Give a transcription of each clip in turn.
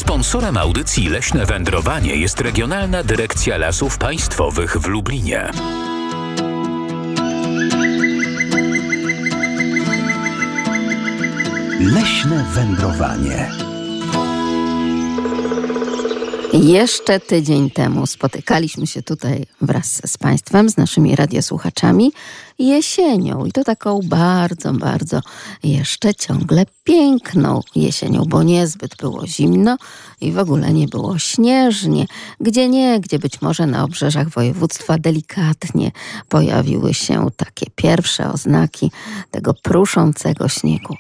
Sponsorem audycji Leśne Wędrowanie jest Regionalna Dyrekcja Lasów Państwowych w Lublinie. Leśne Wędrowanie. Jeszcze tydzień temu spotykaliśmy się tutaj wraz z Państwem, z naszymi radiosłuchaczami jesienią. I to taką bardzo, bardzo jeszcze ciągle piękną jesienią, bo niezbyt było zimno i w ogóle nie było śnieżnie. Gdzie być może na obrzeżach województwa delikatnie pojawiły się takie pierwsze oznaki tego pruszącego śniegu.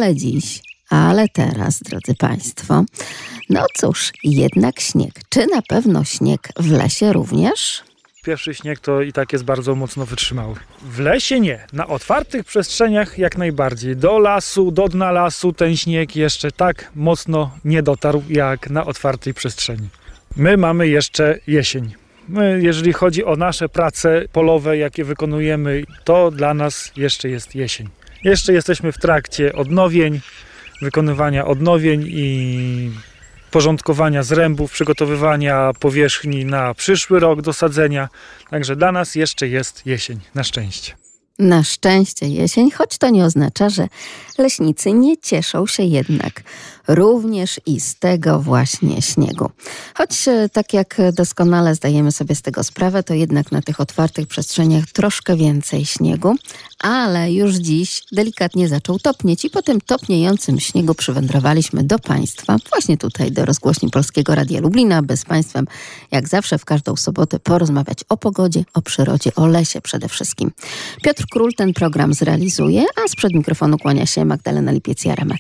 Ale teraz, drodzy Państwo, no cóż, jednak śnieg. Czy na pewno śnieg w lesie również? Pierwszy śnieg to i tak jest bardzo mocno wytrzymały. W lesie nie, na otwartych przestrzeniach jak najbardziej. Do lasu, do dna lasu ten śnieg jeszcze tak mocno nie dotarł jak na otwartej przestrzeni. My mamy jeszcze jesień. Jeżeli chodzi o nasze prace polowe, jakie wykonujemy, to dla nas jeszcze jest jesień. Jeszcze jesteśmy w trakcie odnowień, wykonywania odnowień i porządkowania zrębów, przygotowywania powierzchni na przyszły rok do sadzenia. Także dla nas jeszcze jest jesień, na szczęście. Na szczęście jesień, choć to nie oznacza, że leśnicy nie cieszą się jednak również i z tego właśnie śniegu. Choć tak jak doskonale zdajemy sobie z tego sprawę, to jednak na tych otwartych przestrzeniach troszkę więcej śniegu, ale już dziś delikatnie zaczął topnieć i po tym topniejącym śniegu przywędrowaliśmy do Państwa, właśnie tutaj do rozgłośni Polskiego Radia Lublina, by z Państwem jak zawsze w każdą sobotę porozmawiać o pogodzie, o przyrodzie, o lesie przede wszystkim. Piotr Król ten program zrealizuje, a sprzed mikrofonu kłania się Magdalena Lipiec-Jaremek.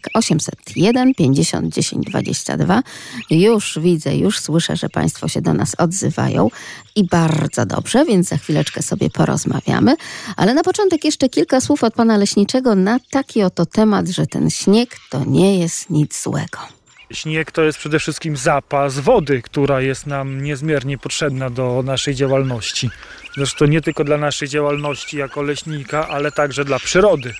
801 50 10 22. Już widzę, już słyszę, że Państwo się do nas odzywają i bardzo dobrze, więc za chwileczkę sobie porozmawiamy. Ale na początek jeszcze kilka słów od pana leśniczego na taki oto temat, że ten śnieg to nie jest nic złego. Śnieg to jest przede wszystkim zapas wody, która jest nam niezmiernie potrzebna do naszej działalności. Zresztą nie tylko dla naszej działalności jako leśnika, ale także dla przyrody.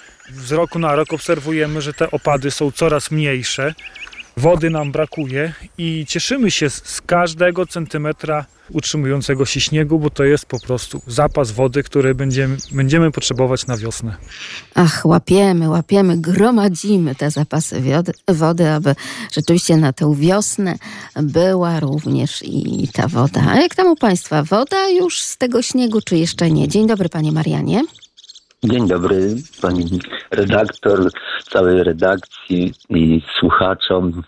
Z roku na rok obserwujemy, że te opady są coraz mniejsze, wody nam brakuje i cieszymy się z każdego centymetra utrzymującego się śniegu, bo to jest po prostu zapas wody, który będziemy potrzebować na wiosnę. Ach, łapiemy, gromadzimy te zapasy wody, aby rzeczywiście na tę wiosnę była również i ta woda. A jak tam u Państwa? Woda już z tego śniegu, czy jeszcze nie? Dzień dobry, Panie Marianie. Dzień dobry, pani redaktor, całej redakcji i słuchaczom.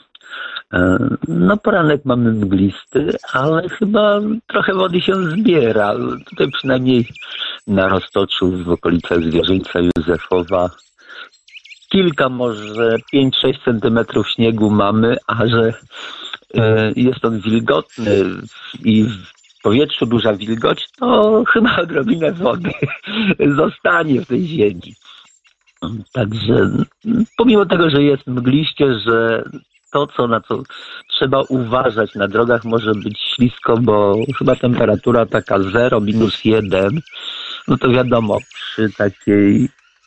No poranek mamy mglisty, ale chyba trochę wody się zbiera. Tutaj przynajmniej na Roztoczu, w okolicach Zwierzyńca Józefowa kilka, może 5-6 centymetrów śniegu mamy, a że jest on wilgotny i w powietrzu duża wilgoć, to chyba odrobinę wody zostanie w tej ziemi. Także pomimo tego, że jest mgliście, że to, na co trzeba uważać, na drogach może być ślisko, bo chyba temperatura taka 0, -1, no to wiadomo, przy takiej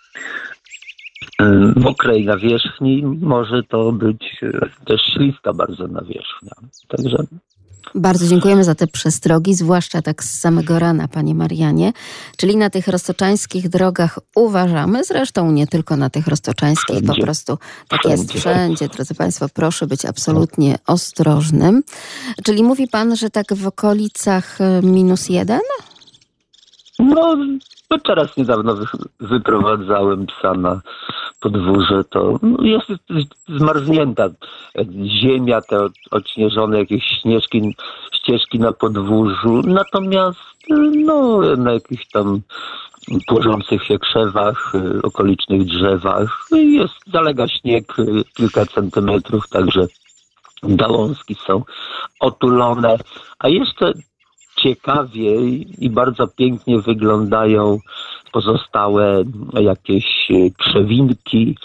mokrej nawierzchni może to być też śliska bardzo nawierzchnia. Także bardzo dziękujemy za te przestrogi, zwłaszcza tak z samego rana, Panie Marianie. Czyli na tych roztoczańskich drogach uważamy, zresztą nie tylko na tych roztoczańskich, po prostu tak jest wszędzie. Drodzy Państwo, proszę być absolutnie ostrożnym. Czyli mówi Pan, że tak w okolicach -1? No teraz niedawno wyprowadzałem psa na podwórze, to jest zmarznięta ziemia, te odśnieżone jakieś ścieżki na podwórzu, natomiast na jakichś tam tworzących się krzewach, okolicznych drzewach zalega śnieg kilka centymetrów, także gałązki są otulone, a jeszcze ciekawiej i bardzo pięknie wyglądają pozostałe jakieś krzewinki,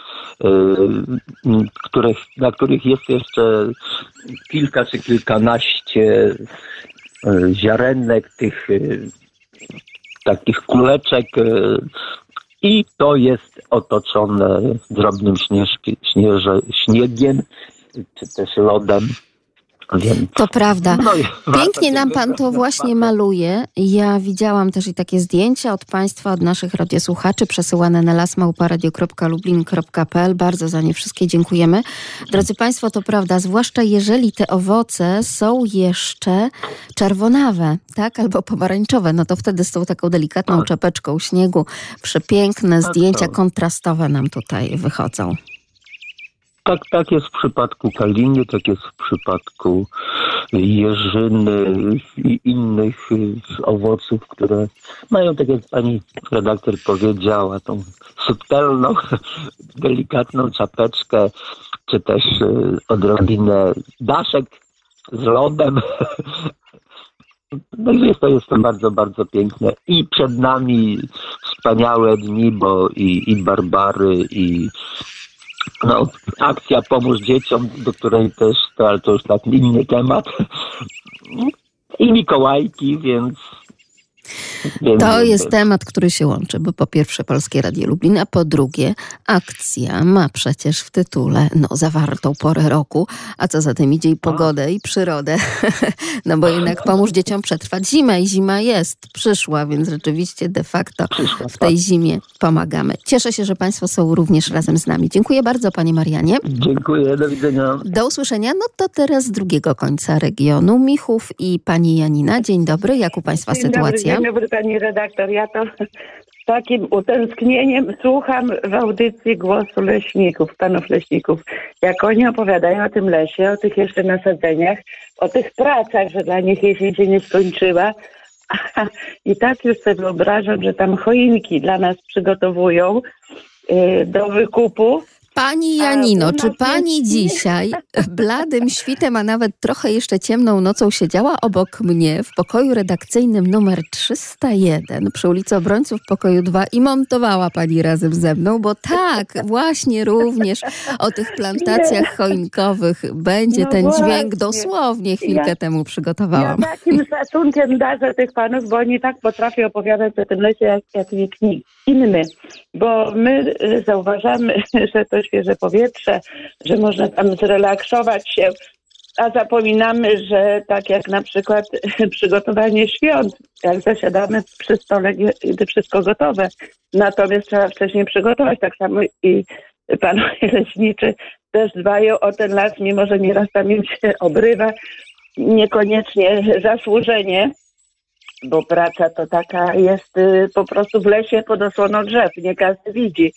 na których jest jeszcze kilka czy kilkanaście ziarenek, tych takich kuleczek i to jest otoczone drobnym śniegiem czy też lodem. Więc, To prawda. no i Pięknie nam pan to właśnie maluje. Ja widziałam też i takie zdjęcia od państwa, od naszych radiosłuchaczy przesyłane na lasmałpa.radio.lublin.pl. Bardzo za nie wszystkie dziękujemy. Drodzy państwo, to prawda, zwłaszcza jeżeli te owoce są jeszcze czerwonawe, tak? Albo pomarańczowe, no to wtedy z tą taką delikatną czapeczką śniegu przepiękne zdjęcia kontrastowe nam tutaj wychodzą. Tak jest w przypadku kaliny, tak jest w przypadku jeżyny i innych owoców, które mają, tak jak pani redaktor powiedziała, tą subtelną, delikatną czapeczkę, czy też odrobinę daszek z lodem. No i jest to bardzo, bardzo piękne. I przed nami wspaniałe dni, bo i Barbary, i akcja Pomóż Dzieciom, do której też, ale to już tak inny temat. I Mikołajki, więc To jest temat, który się łączy, bo po pierwsze Polskie Radio Lublin, a po drugie akcja ma przecież w tytule zawartą porę roku, a co za tym idzie i pogodę, i przyrodę. No bo jednak pomóż dzieciom przetrwać zimę i zima przyszła, więc rzeczywiście de facto w tej zimie pomagamy. Cieszę się, że państwo są również razem z nami. Dziękuję bardzo, panie Marianie. Dziękuję, do widzenia. Do usłyszenia. No to teraz z drugiego końca regionu. Michów i pani Janina. Dzień dobry, jak u państwa sytuacja? Dzień dobry, pani redaktor. Ja to z takim utęsknieniem słucham w audycji głosu leśników, panów leśników. Jak oni opowiadają o tym lesie, o tych jeszcze nasadzeniach, o tych pracach, że dla nich jesień się nie skończyła. I tak już sobie wyobrażam, że tam choinki dla nas przygotowują do wykupu. Pani Janino, czy pani dzisiaj bladym świtem, a nawet trochę jeszcze ciemną nocą siedziała obok mnie w pokoju redakcyjnym numer 301 przy ulicy Obrońców pokoju 2 i montowała pani razem ze mną? Bo tak, właśnie również o tych plantacjach choinkowych będzie ten dźwięk dosłownie chwilkę temu przygotowałam. Ja takim szacunkiem darzę tych panów, bo oni tak potrafią opowiadać o tym lesie jak nikt inny. Bo my zauważamy, że to świeże powietrze, że można tam zrelaksować się, a zapominamy, że tak jak na przykład przygotowanie świąt, jak zasiadamy przy stole, gdy wszystko gotowe, natomiast trzeba wcześniej przygotować, tak samo i panowie leśniczy też dbają o ten las, mimo że nieraz tam im się obrywa, niekoniecznie zasłużenie, bo praca to taka jest po prostu w lesie pod osłoną drzew, nie każdy widzi.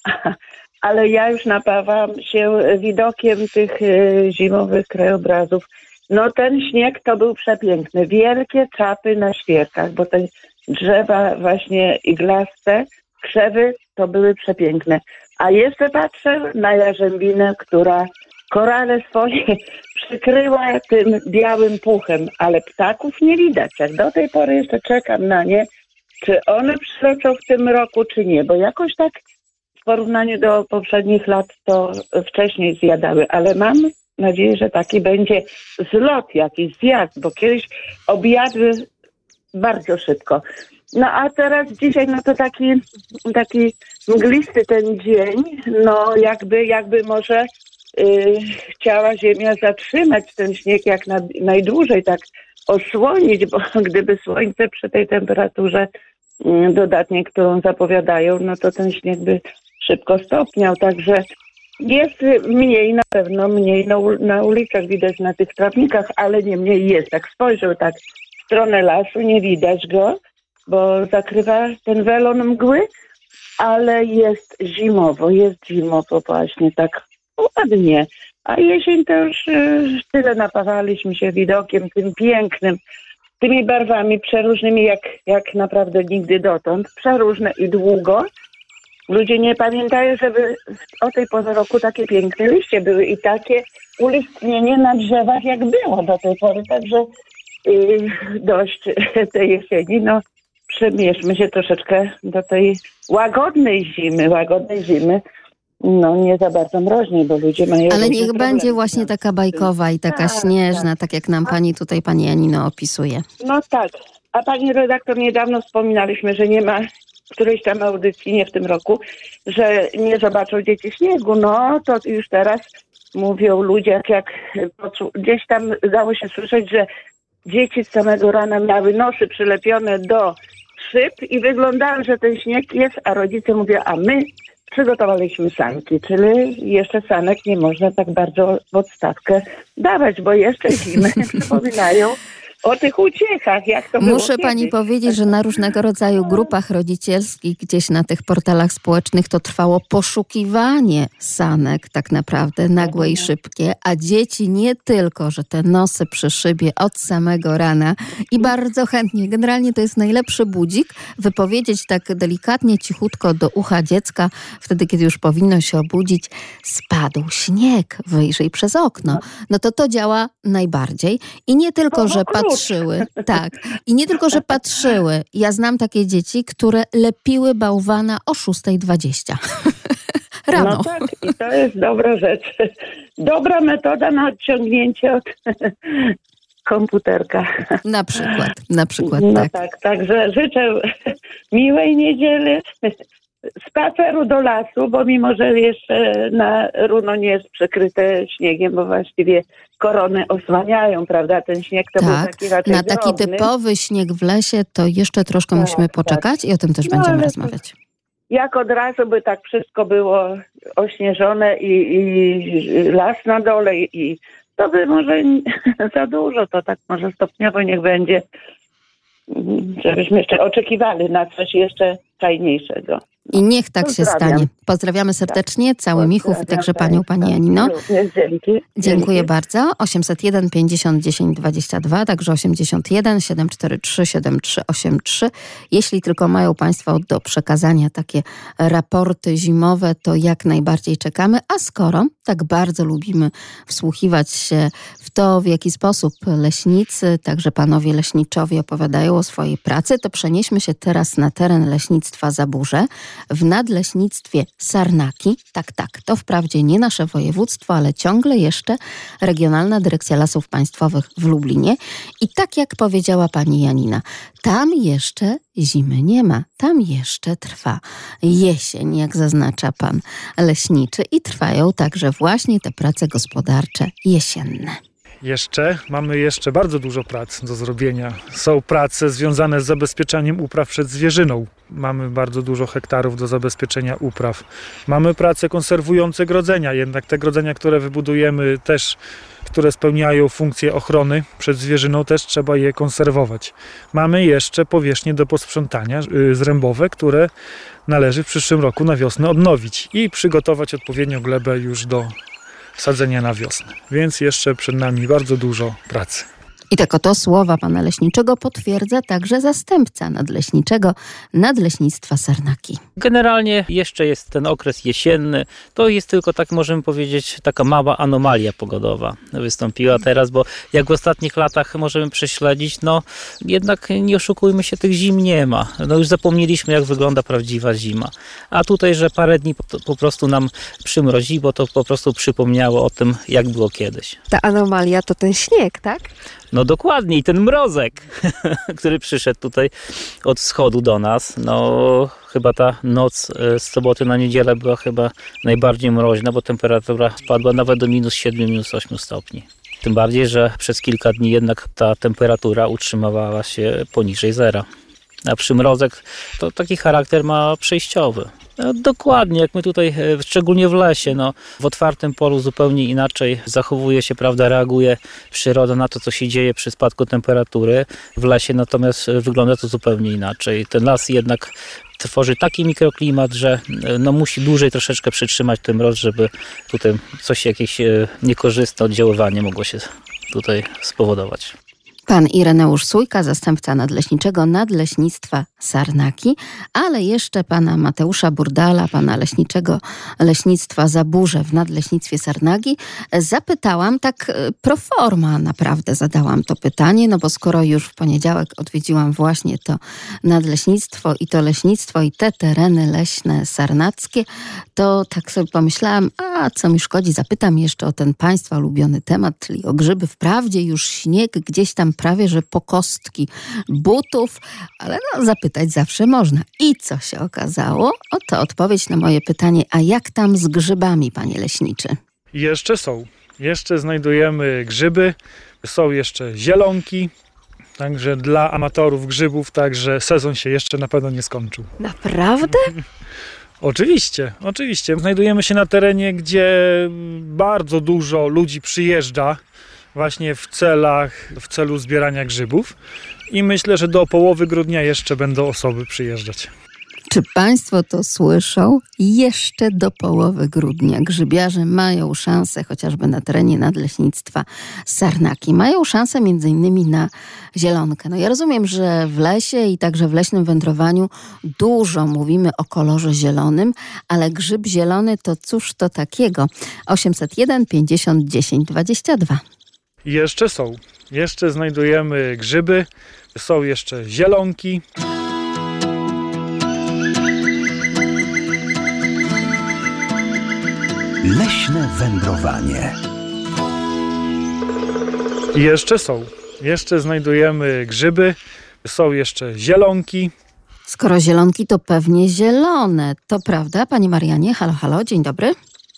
Ale ja już napawam się widokiem tych zimowych krajobrazów. No ten śnieg to był przepiękny. Wielkie czapy na świerkach, bo te drzewa właśnie iglaste, krzewy to były przepiękne. A jeszcze patrzę na jarzębinę, która korale swoje przykryła tym białym puchem, ale ptaków nie widać. Jak do tej pory jeszcze czekam na nie, czy one przylecą w tym roku, czy nie, bo jakoś tak w porównaniu do poprzednich lat to wcześniej zjadały, ale mam nadzieję, że taki będzie zlot, jakiś zjazd, bo kiedyś objadły bardzo szybko. No a teraz dzisiaj, no to taki mglisty ten dzień, no jakby może chciała Ziemia zatrzymać ten śnieg jak najdłużej, tak osłonić, bo gdyby słońce przy tej temperaturze dodatniej, którą zapowiadają, no to ten śnieg by szybko stopniał, także jest mniej, na pewno mniej na ulicach, widać na tych trawnikach, ale niemniej jest. Jak spojrzę tak w stronę lasu, nie widać go, bo zakrywa ten welon mgły, ale jest zimowo właśnie tak ładnie. A jesień to już tyle napawaliśmy się widokiem tym pięknym, tymi barwami przeróżnymi jak naprawdę nigdy dotąd, przeróżne i długo. Ludzie nie pamiętają, żeby o tej porze roku takie piękne liście były i takie ulistnienie na drzewach jak było do tej pory. Także dość tej jesieni. No, przemierzmy się troszeczkę do tej łagodnej zimy. No nie za bardzo mroźniej, bo ludzie mają... Ale niech będzie właśnie taka bajkowa i taka śnieżna, tak jak nam pani Janino opisuje. No tak. A pani redaktor, niedawno wspominaliśmy, że nie ma którejś tam audycji, nie w tym roku, że nie zobaczą dzieci śniegu. No to już teraz mówią ludzie, jak gdzieś tam dało się słyszeć, że dzieci z samego rana miały nosy przylepione do szyb i wyglądało, że ten śnieg jest, a rodzice mówią, a my przygotowaliśmy sanki, czyli jeszcze sanek nie można tak bardzo w odstawkę dawać, bo jeszcze zimy przypominają o tych uciechach, jak to było Muszę pani kiedyś. powiedzieć, że na różnego rodzaju grupach rodzicielskich, gdzieś na tych portalach społecznych to trwało poszukiwanie sanek tak naprawdę, nagłe i szybkie, a dzieci nie tylko, że te nosy przy szybie od samego rana i bardzo chętnie, generalnie to jest najlepszy budzik, wypowiedzieć tak delikatnie, cichutko do ucha dziecka, wtedy kiedy już powinno się obudzić, spadł śnieg, wyjrzyj przez okno. No to działa najbardziej i nie tylko, że patrzyły. Tak. I nie tylko, że patrzyły. Ja znam takie dzieci, które lepiły bałwana o 6:20. Rano. No tak, i to jest dobra rzecz. Dobra metoda na odciągnięcie od komputerka. Na przykład No tak. tak, także życzę miłej niedzieli, spaceru do lasu, bo mimo, że jeszcze na Runo nie jest przykryte śniegiem, bo właściwie korony osłaniają, prawda? Ten śnieg to był Tak, taki raczej na taki drobny. typowy śnieg w lesie to jeszcze troszkę musimy poczekać i o tym też będziemy ale rozmawiać. Jak od razu by tak wszystko było ośnieżone i las na dole i to by może za dużo, to tak może stopniowo niech będzie, żebyśmy jeszcze oczekiwali na coś jeszcze fajniejszego. I niech tak się Pozdrawiam. stanie. Pozdrawiamy serdecznie, cały Michów i także panią, pani Janino. Dzięki. Dziękuję bardzo. 801 50 10 22, także 81 743 7383. Jeśli tylko mają państwo do przekazania takie raporty zimowe, to jak najbardziej czekamy. A skoro tak bardzo lubimy wsłuchiwać się w to, w jaki sposób leśnicy, także panowie leśniczowie opowiadają o swojej pracy, to przenieśmy się teraz na teren leśnictwa Zaburze. W nadleśnictwie Sarnaki, tak, to wprawdzie nie nasze województwo, ale ciągle jeszcze Regionalna Dyrekcja Lasów Państwowych w Lublinie. I tak jak powiedziała pani Janina, tam jeszcze zimy nie ma, tam jeszcze trwa jesień, jak zaznacza pan leśniczy i trwają także właśnie te prace gospodarcze jesienne. Mamy jeszcze bardzo dużo prac do zrobienia. Są prace związane z zabezpieczaniem upraw przed zwierzyną. Mamy bardzo dużo hektarów do zabezpieczenia upraw. Mamy prace konserwujące grodzenia, jednak te grodzenia, które wybudujemy też, które spełniają funkcję ochrony przed zwierzyną, też trzeba je konserwować. Mamy jeszcze powierzchnie do posprzątania zrębowe, które należy w przyszłym roku na wiosnę odnowić i przygotować odpowiednio glebę już do sadzenia na wiosnę. Więc jeszcze przed nami bardzo dużo pracy. I tak oto słowa pana leśniczego potwierdza także zastępca nadleśniczego Nadleśnictwa Sarnaki. Generalnie jeszcze jest ten okres jesienny. To jest tylko, tak możemy powiedzieć, taka mała anomalia pogodowa wystąpiła teraz, bo jak w ostatnich latach możemy prześledzić, no jednak nie oszukujmy się, tych zim nie ma. No już zapomnieliśmy, jak wygląda prawdziwa zima. A tutaj, że parę dni po prostu nam przymroziło, to po prostu przypomniało o tym, jak było kiedyś. Ta anomalia to ten śnieg, tak? No dokładnie, i ten mrozek, który przyszedł tutaj od wschodu do nas. No chyba ta noc z soboty na niedzielę była chyba najbardziej mroźna, bo temperatura spadła nawet do -7, -8 stopni. Tym bardziej, że przez kilka dni jednak ta temperatura utrzymywała się poniżej zera. A przymrozek to taki charakter ma przejściowy. No, dokładnie, jak my tutaj, szczególnie w lesie, no, w otwartym polu zupełnie inaczej zachowuje się, prawda, reaguje przyroda na to, co się dzieje przy spadku temperatury. W lesie natomiast wygląda to zupełnie inaczej. Ten las jednak tworzy taki mikroklimat, że no, musi dłużej troszeczkę przytrzymać ten mroz, żeby tutaj jakieś niekorzystne oddziaływanie mogło się tutaj spowodować. Pan Ireneusz Sójka, zastępca nadleśniczego Nadleśnictwa Sarnaki, ale jeszcze pana Mateusza Burdala, pana leśniczego Leśnictwa Zaburze w Nadleśnictwie Sarnaki, zapytałam tak pro forma, naprawdę zadałam to pytanie, no bo skoro już w poniedziałek odwiedziłam właśnie to nadleśnictwo i to leśnictwo i te tereny leśne sarnackie, to tak sobie pomyślałam, a co mi szkodzi, zapytam jeszcze o ten państwa ulubiony temat, czyli o grzyby. Wprawdzie już śnieg gdzieś tam prawie, że po kostki butów, ale no zapytać zawsze można. I co się okazało? Oto odpowiedź na moje pytanie, a jak tam z grzybami, panie leśniczy? Jeszcze są. Jeszcze znajdujemy grzyby. Są jeszcze zielonki. Także dla amatorów grzybów, także sezon się jeszcze na pewno nie skończył. Naprawdę? Oczywiście. Znajdujemy się na terenie, gdzie bardzo dużo ludzi przyjeżdża właśnie w celu zbierania grzybów i myślę, że do połowy grudnia jeszcze będą osoby przyjeżdżać. Czy Państwo to słyszą? Jeszcze do połowy grudnia grzybiarze mają szansę, chociażby na terenie Nadleśnictwa Sarnaki, mają szansę między innymi na zielonkę. No ja rozumiem, że w lesie i także w leśnym wędrowaniu dużo mówimy o kolorze zielonym, ale grzyb zielony to cóż to takiego? 801 50 10 22. Jeszcze są. Jeszcze znajdujemy grzyby. Są jeszcze zielonki. Leśne wędrowanie. Jeszcze są. Jeszcze znajdujemy grzyby. Są jeszcze zielonki. Skoro zielonki, to pewnie zielone. To prawda, Pani Marianie? Halo, halo, dzień dobry.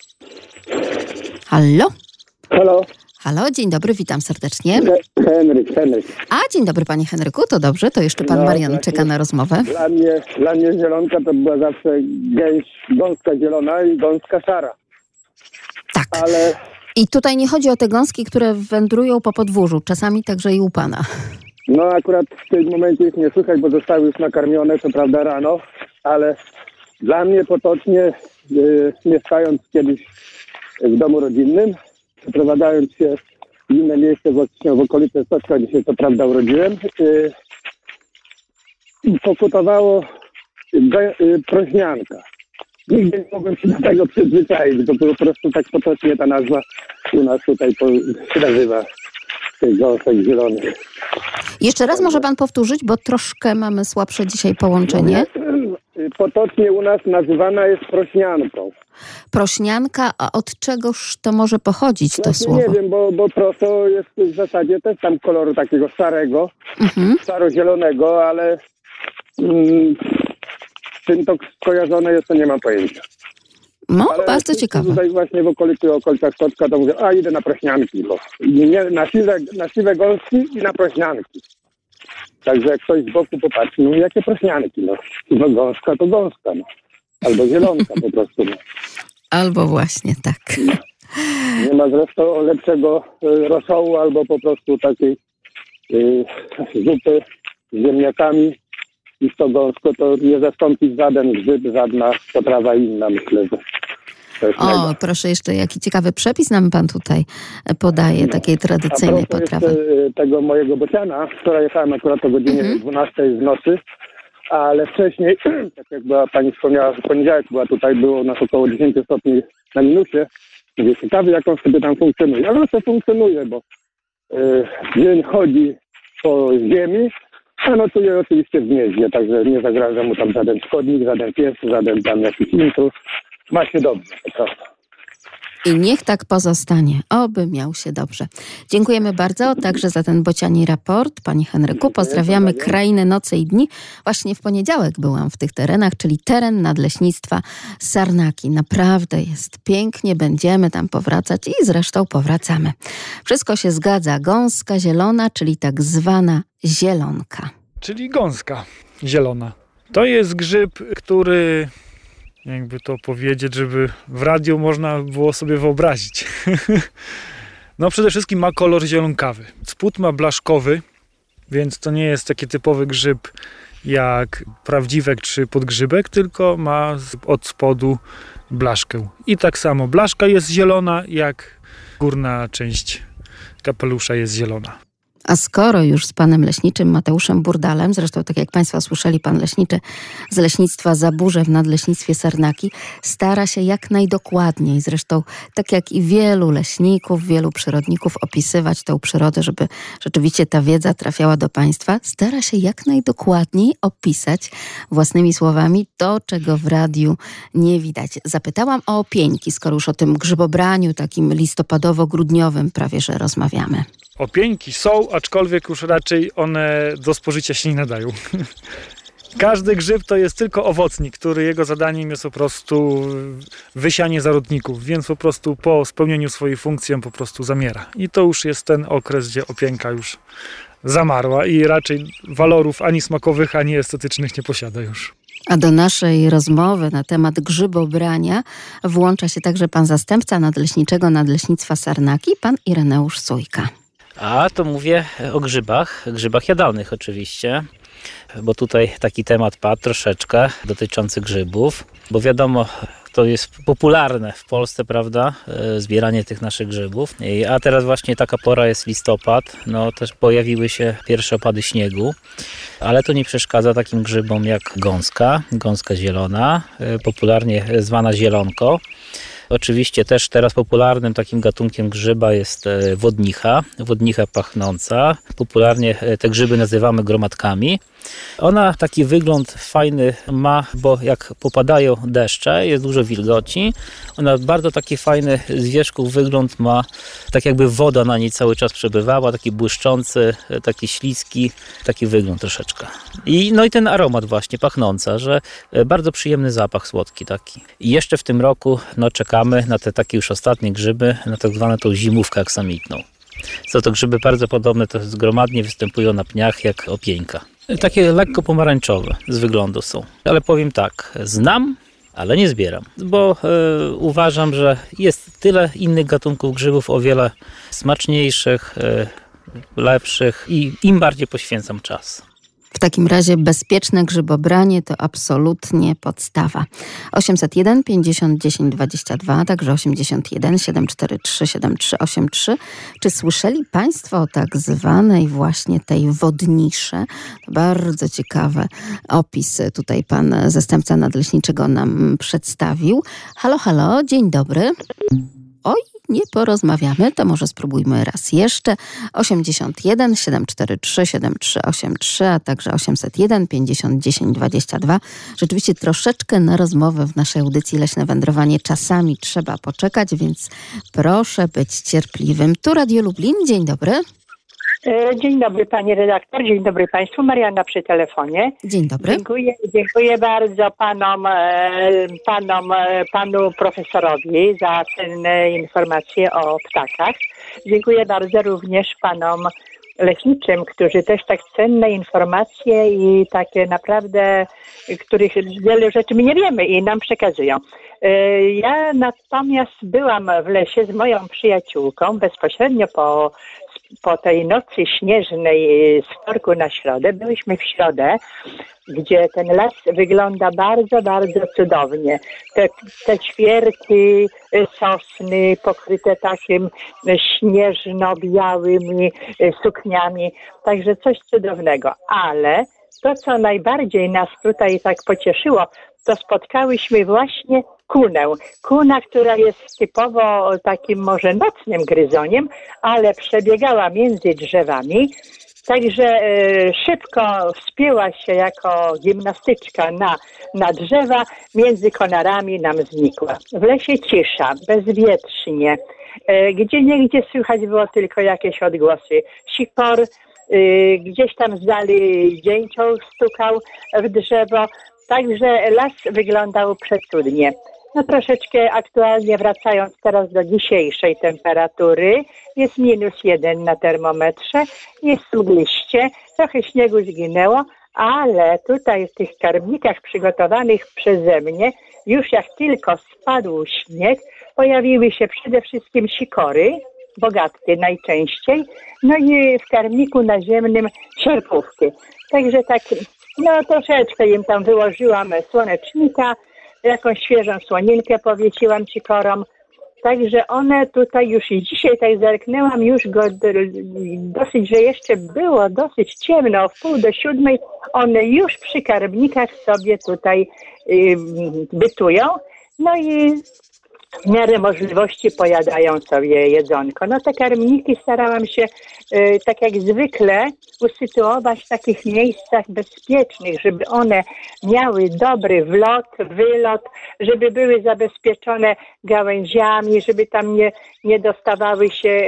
Halo? Halo, Halo, dzień dobry, witam serdecznie. Henryk. A, dzień dobry Panie Henryku, to dobrze, to jeszcze Pan No, Marian właśnie. czeka na rozmowę. Dla mnie zielonka to była zawsze gąska zielona i gąska szara. Tak. Ale I tutaj nie chodzi o te gąski, które wędrują po podwórzu, czasami także i u Pana. no akurat w tym momencie ich nie słychać, bo zostały już nakarmione, co prawda rano, ale dla mnie potocznie, mieszkając kiedyś w domu rodzinnym, przeprowadzając się w inne miejsce w okolicy Stoczka, gdzie się co prawda urodziłem, pokutowało prośnianka. Nigdy nie mogłem się do tego przyzwyczaić, bo po prostu tak potocznie ta nazwa u nas tutaj się nazywa, tych gąsek zielonych. Jeszcze raz może Pan powtórzyć, bo troszkę mamy słabsze dzisiaj połączenie. Potocznie u nas nazywana jest prośnianką. Prośnianka, a od czegoż to może pochodzić to Właśnie słowo? nie wiem, bo proso jest w zasadzie też tam koloru takiego szarego, szaro-zielonego, ale czym to skojarzone jest, to nie mam pojęcia. No, Ale bardzo ciekawe. Tutaj właśnie w okolicach Stoczka to mówię, idę na prośnianki, bo nie, na siwe gąski i na prośnianki. Także jak ktoś z boku popatrzy, no jakie prośnianki, no gąska to gąska, no. Albo zielonka po prostu, no. Albo właśnie tak. Nie ma zresztą lepszego rosołu albo po prostu takiej zupy z ziemniakami i z to gąsko to nie zastąpi żaden grzyb, żadna potrawa inna, myślę, że to jest mega. O, proszę jeszcze, jaki ciekawy przepis nam Pan tutaj podaje, takiej tradycyjnej A propos potrawy. jeszcze tego mojego bociana, wczoraj jechałem akurat o godzinie 12 z nocy, ale wcześniej, tak jak była Pani wspomniała, w poniedziałek była tutaj, było nas około 10 stopni na minusie. Mówię, ciekawy jak on sobie tam funkcjonuje. Ale on sobie funkcjonuje, bo dzień chodzi po ziemi, a nocuje oczywiście w gnieździe, także nie zagraża mu tam żaden szkodnik, żaden pies, żaden tam jakiś intruz. Ma się dobrze, po prostu. I niech tak pozostanie. Oby miał się dobrze. Dziękujemy bardzo także za ten bociani raport. Panie Henryku, pozdrawiamy krainę nocy i dni. Właśnie w poniedziałek byłam w tych terenach, czyli teren Nadleśnictwa Sarnaki. Naprawdę jest pięknie, będziemy tam powracać i zresztą powracamy. Wszystko się zgadza. Gąska zielona, czyli tak zwana zielonka. Czyli gąska zielona. To jest grzyb, który, jakby to powiedzieć, żeby w radiu można było sobie wyobrazić. No przede wszystkim ma kolor zielonkawy. Spód ma blaszkowy, więc to nie jest taki typowy grzyb jak prawdziwek czy podgrzybek, tylko ma od spodu blaszkę. I tak samo blaszka jest zielona, jak górna część kapelusza jest zielona. A skoro już z panem leśniczym Mateuszem Burdalem, zresztą tak jak państwo słyszeli, pan leśniczy z leśnictwa Zaburze w Nadleśnictwie Sarnaki stara się jak najdokładniej, zresztą tak jak i wielu leśników, wielu przyrodników opisywać tę przyrodę, żeby rzeczywiście ta wiedza trafiała do państwa, stara się jak najdokładniej opisać własnymi słowami to, czego w radiu nie widać. Zapytałam o opieńki, skoro już o tym grzybobraniu takim listopadowo-grudniowym prawie że rozmawiamy. Opieńki są, aczkolwiek już raczej one do spożycia się nie nadają. Każdy grzyb to jest tylko owocnik, który jego zadaniem jest po prostu wysianie zarodników, więc po prostu po spełnieniu swojej funkcji on po prostu zamiera. I to już jest ten okres, gdzie opięka już zamarła i raczej walorów ani smakowych, ani estetycznych nie posiada już. A do naszej rozmowy na temat grzybobrania włącza się także pan zastępca nadleśniczego Nadleśnictwa Sarnaki, pan Ireneusz Sójka. A to mówię o grzybach jadalnych oczywiście, bo tutaj taki temat padł troszeczkę dotyczący grzybów, bo wiadomo, to jest popularne w Polsce, prawda, zbieranie tych naszych grzybów. A teraz właśnie taka pora jest listopad, no też pojawiły się pierwsze opady śniegu, ale to nie przeszkadza takim grzybom jak gąska zielona, popularnie zwana zielonko. Oczywiście też teraz popularnym takim gatunkiem grzyba jest wodnicha pachnąca. Popularnie te grzyby nazywamy gromadkami. Ona taki wygląd fajny ma, bo jak popadają deszcze, jest dużo wilgoci. Ona bardzo taki fajny z wierzchu wygląd ma, tak jakby woda na niej cały czas przebywała, taki błyszczący, taki śliski, taki wygląd troszeczkę. I ten aromat właśnie pachnąca, że bardzo przyjemny zapach słodki taki. I jeszcze w tym roku czekamy na te takie już ostatnie grzyby, na tak zwaną tą zimówkę aksamitną. Są to grzyby bardzo podobne, to gromadnie występują na pniach jak opieńka. Takie lekko pomarańczowe z wyglądu są. Ale powiem tak, znam, ale nie zbieram, bo uważam, że jest tyle innych gatunków grzybów o wiele smaczniejszych, lepszych i im bardziej poświęcam czas. W takim razie bezpieczne grzybobranie to absolutnie podstawa. 801 50 10 22, także 81 743 7383. Czy słyszeli Państwo o tak zwanej właśnie tej wodnisze? To bardzo ciekawy opis tutaj pan zastępca nadleśniczego nam przedstawił. Halo, dzień dobry. Oj, nie porozmawiamy, to może spróbujmy raz jeszcze. 81 743 7383, a także 801 50 10 22. Rzeczywiście troszeczkę na rozmowę w naszej audycji Leśne Wędrowanie czasami trzeba poczekać, więc proszę być cierpliwym. Tu Radio Lublin, dzień dobry. Dzień dobry pani redaktor, dzień dobry państwu, Marianna przy telefonie. Dzień dobry. Dziękuję bardzo panu profesorowi za cenne informacje o ptakach. Dziękuję bardzo również panom leśniczym, którzy też tak cenne informacje i takie naprawdę, których wiele rzeczy my nie wiemy i nam przekazują. Ja natomiast byłam w lesie z moją przyjaciółką bezpośrednio po tej nocy śnieżnej z wtorku na środę. Byliśmy w środę, gdzie ten las wygląda bardzo, bardzo cudownie. Te ćwierki, sosny pokryte takim śnieżno-białymi sukniami. Także coś cudownego. Ale to, co najbardziej nas tutaj tak pocieszyło, to spotkałyśmy właśnie kunę, która jest typowo takim może nocnym gryzoniem, ale przebiegała między drzewami, także szybko wspięła się jako gimnastyczka na drzewa, między konarami nam znikła. W lesie cisza, bezwietrznie, gdzieniegdzie słychać było tylko jakieś odgłosy sikor, gdzieś tam z dali dzięcioł stukał w drzewo, także las wyglądał przecudnie. No troszeczkę aktualnie wracając teraz do dzisiejszej temperatury, jest -1 na termometrze, jest mgliście, trochę śniegu zginęło, ale tutaj w tych karmnikach przygotowanych przeze mnie, już jak tylko spadł śnieg, pojawiły się przede wszystkim sikory, bogatkie najczęściej, no i w karmniku naziemnym sierpówki. Także tak, troszeczkę im tam wyłożyłam słonecznika, jakąś świeżą słoninkę powiesiłam sikorom. Także one tutaj już i dzisiaj tak zerknęłam, już go dosyć, że jeszcze było dosyć ciemno, o 6:30, one już przy karmnikach sobie tutaj bytują. No i w miarę możliwości pojadają sobie jedzonko. No te karmniki starałam się tak jak zwykle usytuować w takich miejscach bezpiecznych, żeby one miały dobry wylot, żeby były zabezpieczone gałęziami, żeby tam nie dostawały się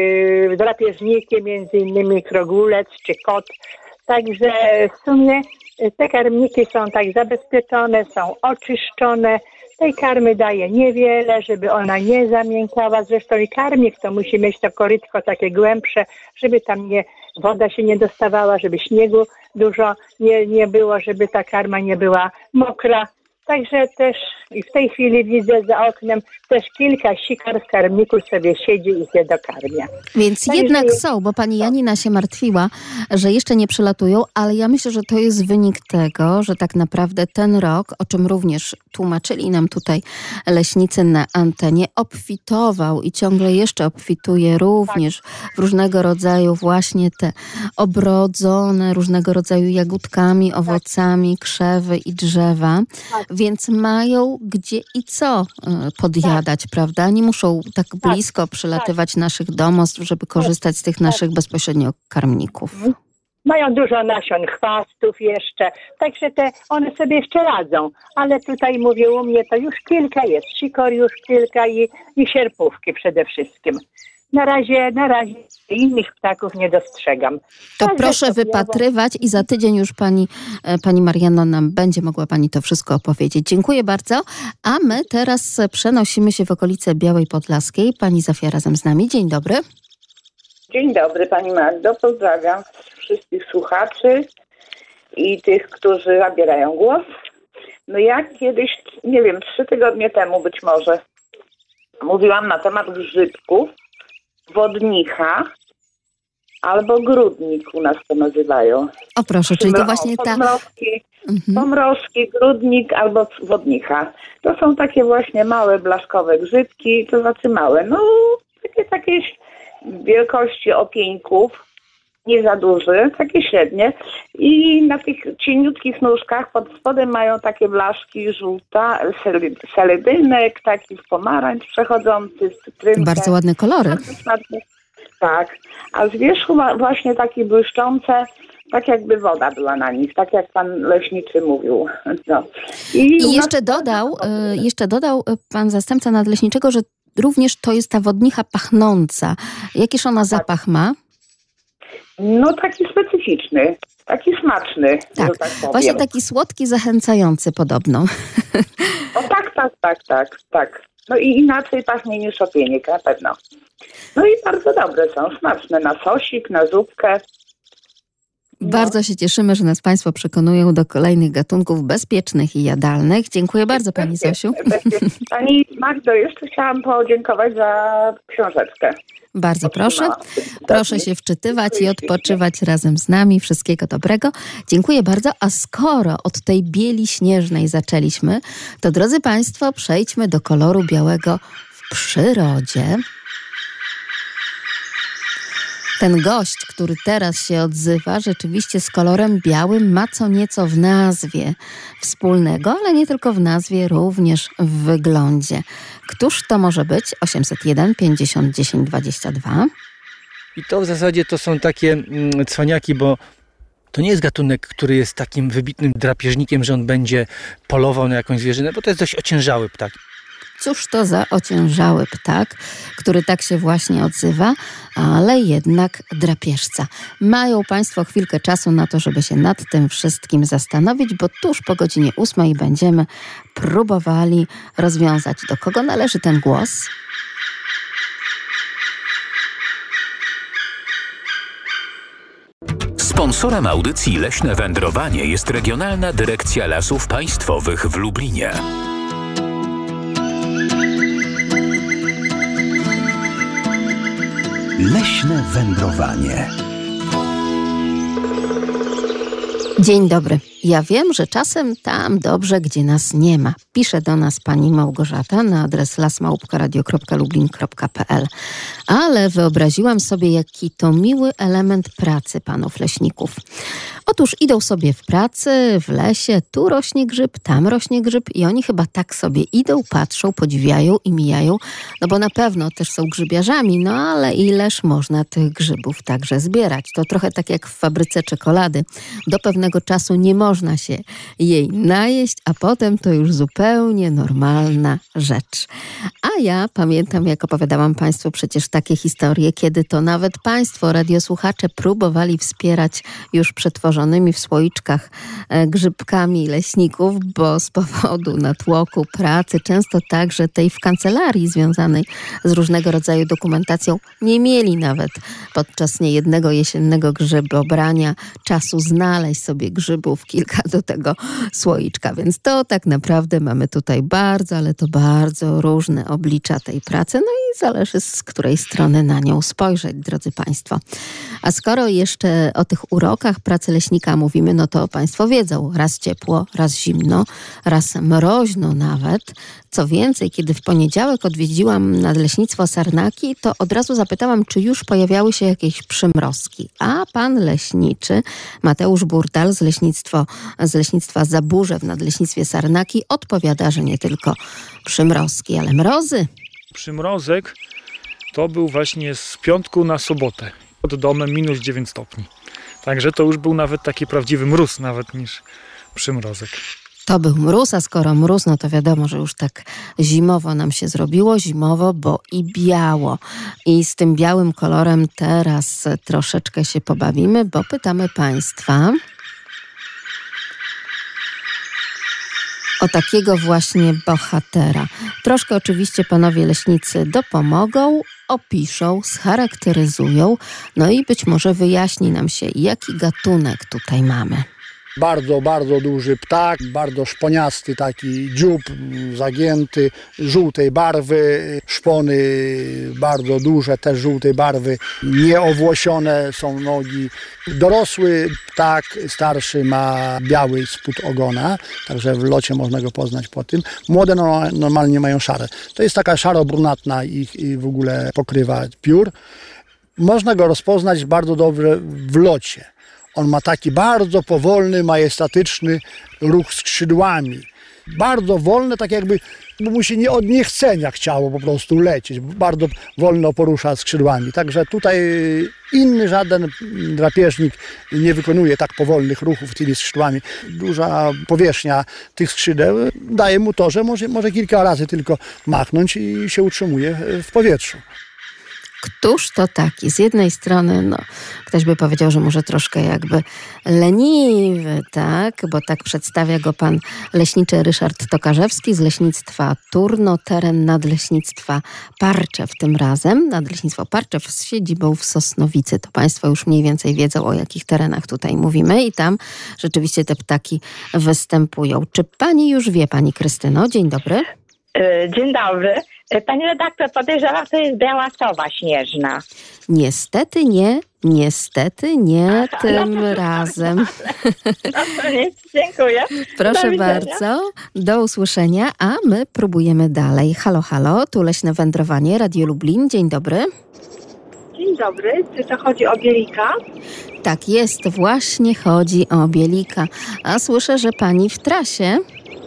drapieżniki, między innymi krogulec czy kot. Także w sumie te karmniki są tak zabezpieczone, są oczyszczone. Tej karmy daje niewiele, żeby ona nie zamiękała. Zresztą i karmnik to musi mieć to korytko takie głębsze, żeby tam woda się nie dostawała, żeby śniegu dużo nie było, żeby ta karma nie była mokra. Także też i w tej chwili widzę za oknem też kilka sikar w karmniku sobie siedzi i się dokarmia. Więc także jednak są, bo pani Janina się martwiła, że jeszcze nie przylatują, ale ja myślę, że to jest wynik tego, że tak naprawdę ten rok, o czym również tłumaczyli nam tutaj leśnicy na antenie, obfitował i ciągle jeszcze obfituje również w różnego rodzaju właśnie te obrodzone różnego rodzaju jagódkami, owocami, krzewy i drzewa. Więc mają gdzie i co podjadać, prawda? Nie muszą tak blisko przylatywać naszych domostw, żeby korzystać z tych naszych bezpośrednio karmników. Mają dużo nasion chwastów jeszcze, także one sobie jeszcze radzą. Ale tutaj mówię, u mnie to już kilka jest, sikor już kilka i sierpówki przede wszystkim. Na razie innych ptaków nie dostrzegam. To proszę wypatrywać i za tydzień już pani Marianno nam będzie mogła pani to wszystko opowiedzieć. Dziękuję bardzo. A my teraz przenosimy się w okolice Białej Podlaskiej. Pani Zofia razem z nami. Dzień dobry. Dzień dobry pani Magdo. Pozdrawiam wszystkich słuchaczy i tych, którzy zabierają głos. No ja kiedyś, nie wiem, 3 tygodnie temu być może, mówiłam na temat grzybków, wodnicha albo grudnik u nas to nazywają. O proszę, czyli to właśnie pomrozki, grudnik albo wodnicha. To są takie właśnie małe blaszkowe grzybki, to znaczy małe, no takie wielkości opieńków, nie za duże, takie średnie i na tych cieniutkich nóżkach pod spodem mają takie blaszki żółta, seledynek, taki w pomarańcz przechodzący, z cytrynką. Bardzo ładne kolory. Tak, a z wierzchu ma właśnie takie błyszczące, tak jakby woda była na nich, tak jak pan leśniczy mówił. No. I jeszcze dodał pan zastępca nadleśniczego, że również to jest ta wodnicha pachnąca. Jakiż ona zapach ma? No taki specyficzny, taki smaczny. Tak, że tak powiem. Właśnie taki słodki, zachęcający podobno. O tak. No i inaczej pachnie niż opienik na pewno. No i bardzo dobre są, smaczne na sosik, na zupkę. Bardzo się cieszymy, że nas państwo przekonują do kolejnych gatunków bezpiecznych i jadalnych. Dziękuję bardzo pani Zosiu. Pani Magdo, jeszcze chciałam podziękować za książeczkę. Bardzo proszę. Proszę się wczytywać i odpoczywać razem z nami. Wszystkiego dobrego. Dziękuję bardzo. A skoro od tej bieli śnieżnej zaczęliśmy, to drodzy państwo, przejdźmy do koloru białego w przyrodzie. Ten gość, który teraz się odzywa, rzeczywiście z kolorem białym ma co nieco w nazwie wspólnego, ale nie tylko w nazwie, również w wyglądzie. Któż to może być? 801 50 10 22. I to w zasadzie to są takie cwaniaki, bo to nie jest gatunek, który jest takim wybitnym drapieżnikiem, że on będzie polował na jakąś zwierzynę, bo to jest dość ociężały ptak. Cóż to za ociężały ptak, który tak się właśnie odzywa, ale jednak drapieżca. Mają państwo chwilkę czasu na to, żeby się nad tym wszystkim zastanowić, bo tuż po godzinie 8 będziemy próbowali rozwiązać, do kogo należy ten głos. Sponsorem audycji Leśne Wędrowanie jest Regionalna Dyrekcja Lasów Państwowych w Lublinie. Leśne wędrowanie. Dzień dobry. Ja wiem, że czasem tam dobrze, gdzie nas nie ma. Pisze do nas pani Małgorzata na adres lasmałpka.radio.lublin.pl. Ale wyobraziłam sobie, jaki to miły element pracy panów leśników. Otóż idą sobie w pracy, w lesie, tu rośnie grzyb, tam rośnie grzyb i oni chyba tak sobie idą, patrzą, podziwiają i mijają, no bo na pewno też są grzybiarzami, no ale ileż można tych grzybów także zbierać. To trochę tak jak w fabryce czekolady. Do pewnego czasu nie można się jej najeść, a potem to już zupełnie normalna rzecz. A ja pamiętam, jak opowiadałam państwu przecież takie historie, kiedy to nawet państwo, radiosłuchacze, próbowali wspierać już przetworzone tworzonymi w słoiczkach grzybkami leśników, bo z powodu natłoku pracy, często także tej w kancelarii związanej z różnego rodzaju dokumentacją, nie mieli nawet podczas niejednego jesiennego grzybobrania czasu znaleźć sobie grzybów kilka do tego słoiczka. Więc to tak naprawdę mamy tutaj bardzo, ale to bardzo różne oblicza tej pracy. No i zależy, z której strony na nią spojrzeć, drodzy Państwo. A skoro jeszcze o tych urokach pracy leśnika mówimy, no to Państwo wiedzą, raz ciepło, raz zimno, raz mroźno nawet. Co więcej, kiedy w poniedziałek odwiedziłam nadleśnictwo Sarnaki, to od razu zapytałam, czy już pojawiały się jakieś przymrozki. A pan leśniczy Mateusz Burdal z leśnictwa Zaburze w nadleśnictwie Sarnaki odpowiada, że nie tylko przymrozki, ale mrozy. Przymrozek to był właśnie z piątku na sobotę. Pod domem minus 9 stopni. Także to już był nawet taki prawdziwy mróz, nawet niż przymrozek. To był mróz, a skoro mróz, no to wiadomo, że już tak zimowo nam się zrobiło. Zimowo, bo i biało. I z tym białym kolorem teraz troszeczkę się pobawimy, bo pytamy Państwa o takiego właśnie bohatera. Troszkę oczywiście panowie leśnicy dopomogą, opiszą, scharakteryzują, no i być może wyjaśni nam się, jaki gatunek tutaj mamy. Bardzo, bardzo duży ptak, bardzo szponiasty taki dziób, zagięty, żółtej barwy, szpony bardzo duże, też żółtej barwy, nieowłosione są nogi. Dorosły ptak, starszy, ma biały spód ogona, także w locie można go poznać po tym. Młode normalnie mają szare. To jest taka szaro-brunatna ich w ogóle pokrywa piór. Można go rozpoznać bardzo dobrze w locie. On ma taki bardzo powolny, majestatyczny ruch skrzydłami. Bardzo wolny, tak jakby mu się nie od niechcenia chciało po prostu lecieć. Bardzo wolno porusza skrzydłami. Także tutaj inny żaden drapieżnik nie wykonuje tak powolnych ruchów tymi skrzydłami. Duża powierzchnia tych skrzydeł daje mu to, że może kilka razy tylko machnąć i się utrzymuje w powietrzu. Któż to taki? Z jednej strony, no, ktoś by powiedział, że może troszkę jakby leniwy, tak? Bo tak przedstawia go pan leśniczy Ryszard Tokarzewski z leśnictwa Turno, teren nadleśnictwa Parczew tym razem. Nadleśnictwo Parczew z siedzibą w Sosnowicy. To państwo już mniej więcej wiedzą, o jakich terenach tutaj mówimy i tam rzeczywiście te ptaki występują. Czy pani już wie, pani Krystyno? Dzień dobry. Dzień dobry. Pani redaktor, podejrzewam, to jest biała sowa śnieżna. Niestety nie tym razem. No to nic, dziękuję. Proszę bardzo, do usłyszenia, a my próbujemy dalej. Halo, halo, tu Leśne Wędrowanie, Radio Lublin, dzień dobry. Dzień dobry, czy to chodzi o bielika? Tak jest, właśnie chodzi o bielika. A słyszę, że pani w trasie.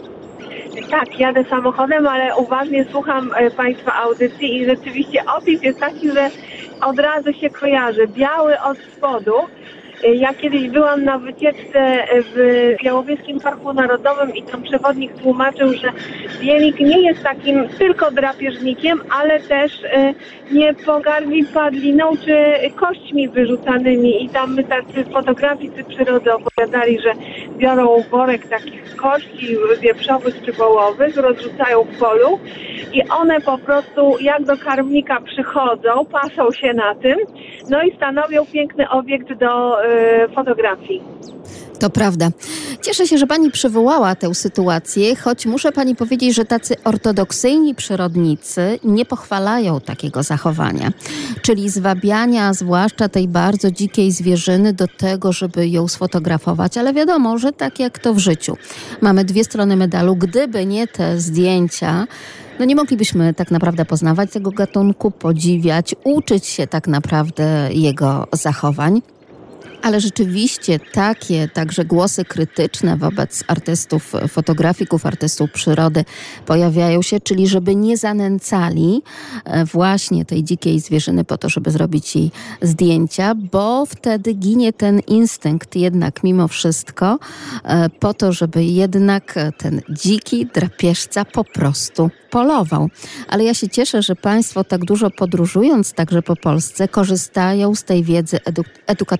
Tak, jadę samochodem, ale uważnie słucham Państwa audycji i rzeczywiście opis jest taki, że od razu się kojarzy. Biały od spodu. Ja kiedyś byłam na wycieczce w Białowieskim Parku Narodowym i tam przewodnik tłumaczył, że bielik nie jest takim tylko drapieżnikiem, ale też nie pogarbi padliną czy kośćmi wyrzucanymi. I tam my tacy fotograficy przyrody opowiadali, że biorą worek takich kości wieprzowych czy wołowych, rozrzucają w polu i one po prostu jak do karmnika przychodzą, pasą się na tym, no i stanowią piękny obiekt do fotografii. To prawda. Cieszę się, że pani przywołała tę sytuację, choć muszę pani powiedzieć, że tacy ortodoksyjni przyrodnicy nie pochwalają takiego zachowania, czyli zwabiania zwłaszcza tej bardzo dzikiej zwierzyny do tego, żeby ją sfotografować, ale wiadomo, że tak jak to w życiu. Mamy dwie strony medalu. Gdyby nie te zdjęcia, no nie moglibyśmy tak naprawdę poznawać tego gatunku, podziwiać, uczyć się tak naprawdę jego zachowań. Ale rzeczywiście takie także głosy krytyczne wobec artystów, fotografików, artystów przyrody pojawiają się, czyli żeby nie zanęcali właśnie tej dzikiej zwierzyny po to, żeby zrobić jej zdjęcia, bo wtedy ginie ten instynkt jednak mimo wszystko po to, żeby jednak ten dziki drapieżca po prostu polował. Ale ja się cieszę, że państwo tak dużo podróżując także po Polsce korzystają z tej wiedzy edukatorów po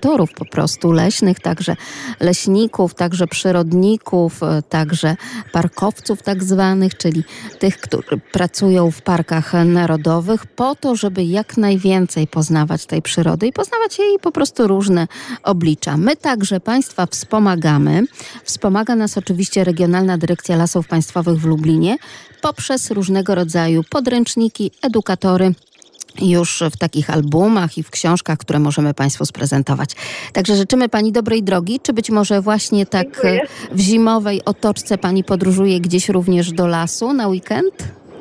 prostu leśnych, także leśników, także przyrodników, także parkowców tak zwanych, czyli tych, którzy pracują w parkach narodowych po to, żeby jak najwięcej poznawać tej przyrody i poznawać jej po prostu różne oblicza. My także Państwa wspomagamy. Wspomaga nas oczywiście Regionalna Dyrekcja Lasów Państwowych w Lublinie poprzez różnego rodzaju podręczniki, edukatory, już w takich albumach i w książkach, które możemy Państwu sprezentować. Także życzymy Pani dobrej drogi. Czy być może właśnie tak w zimowej otoczce Pani podróżuje gdzieś również do lasu na weekend?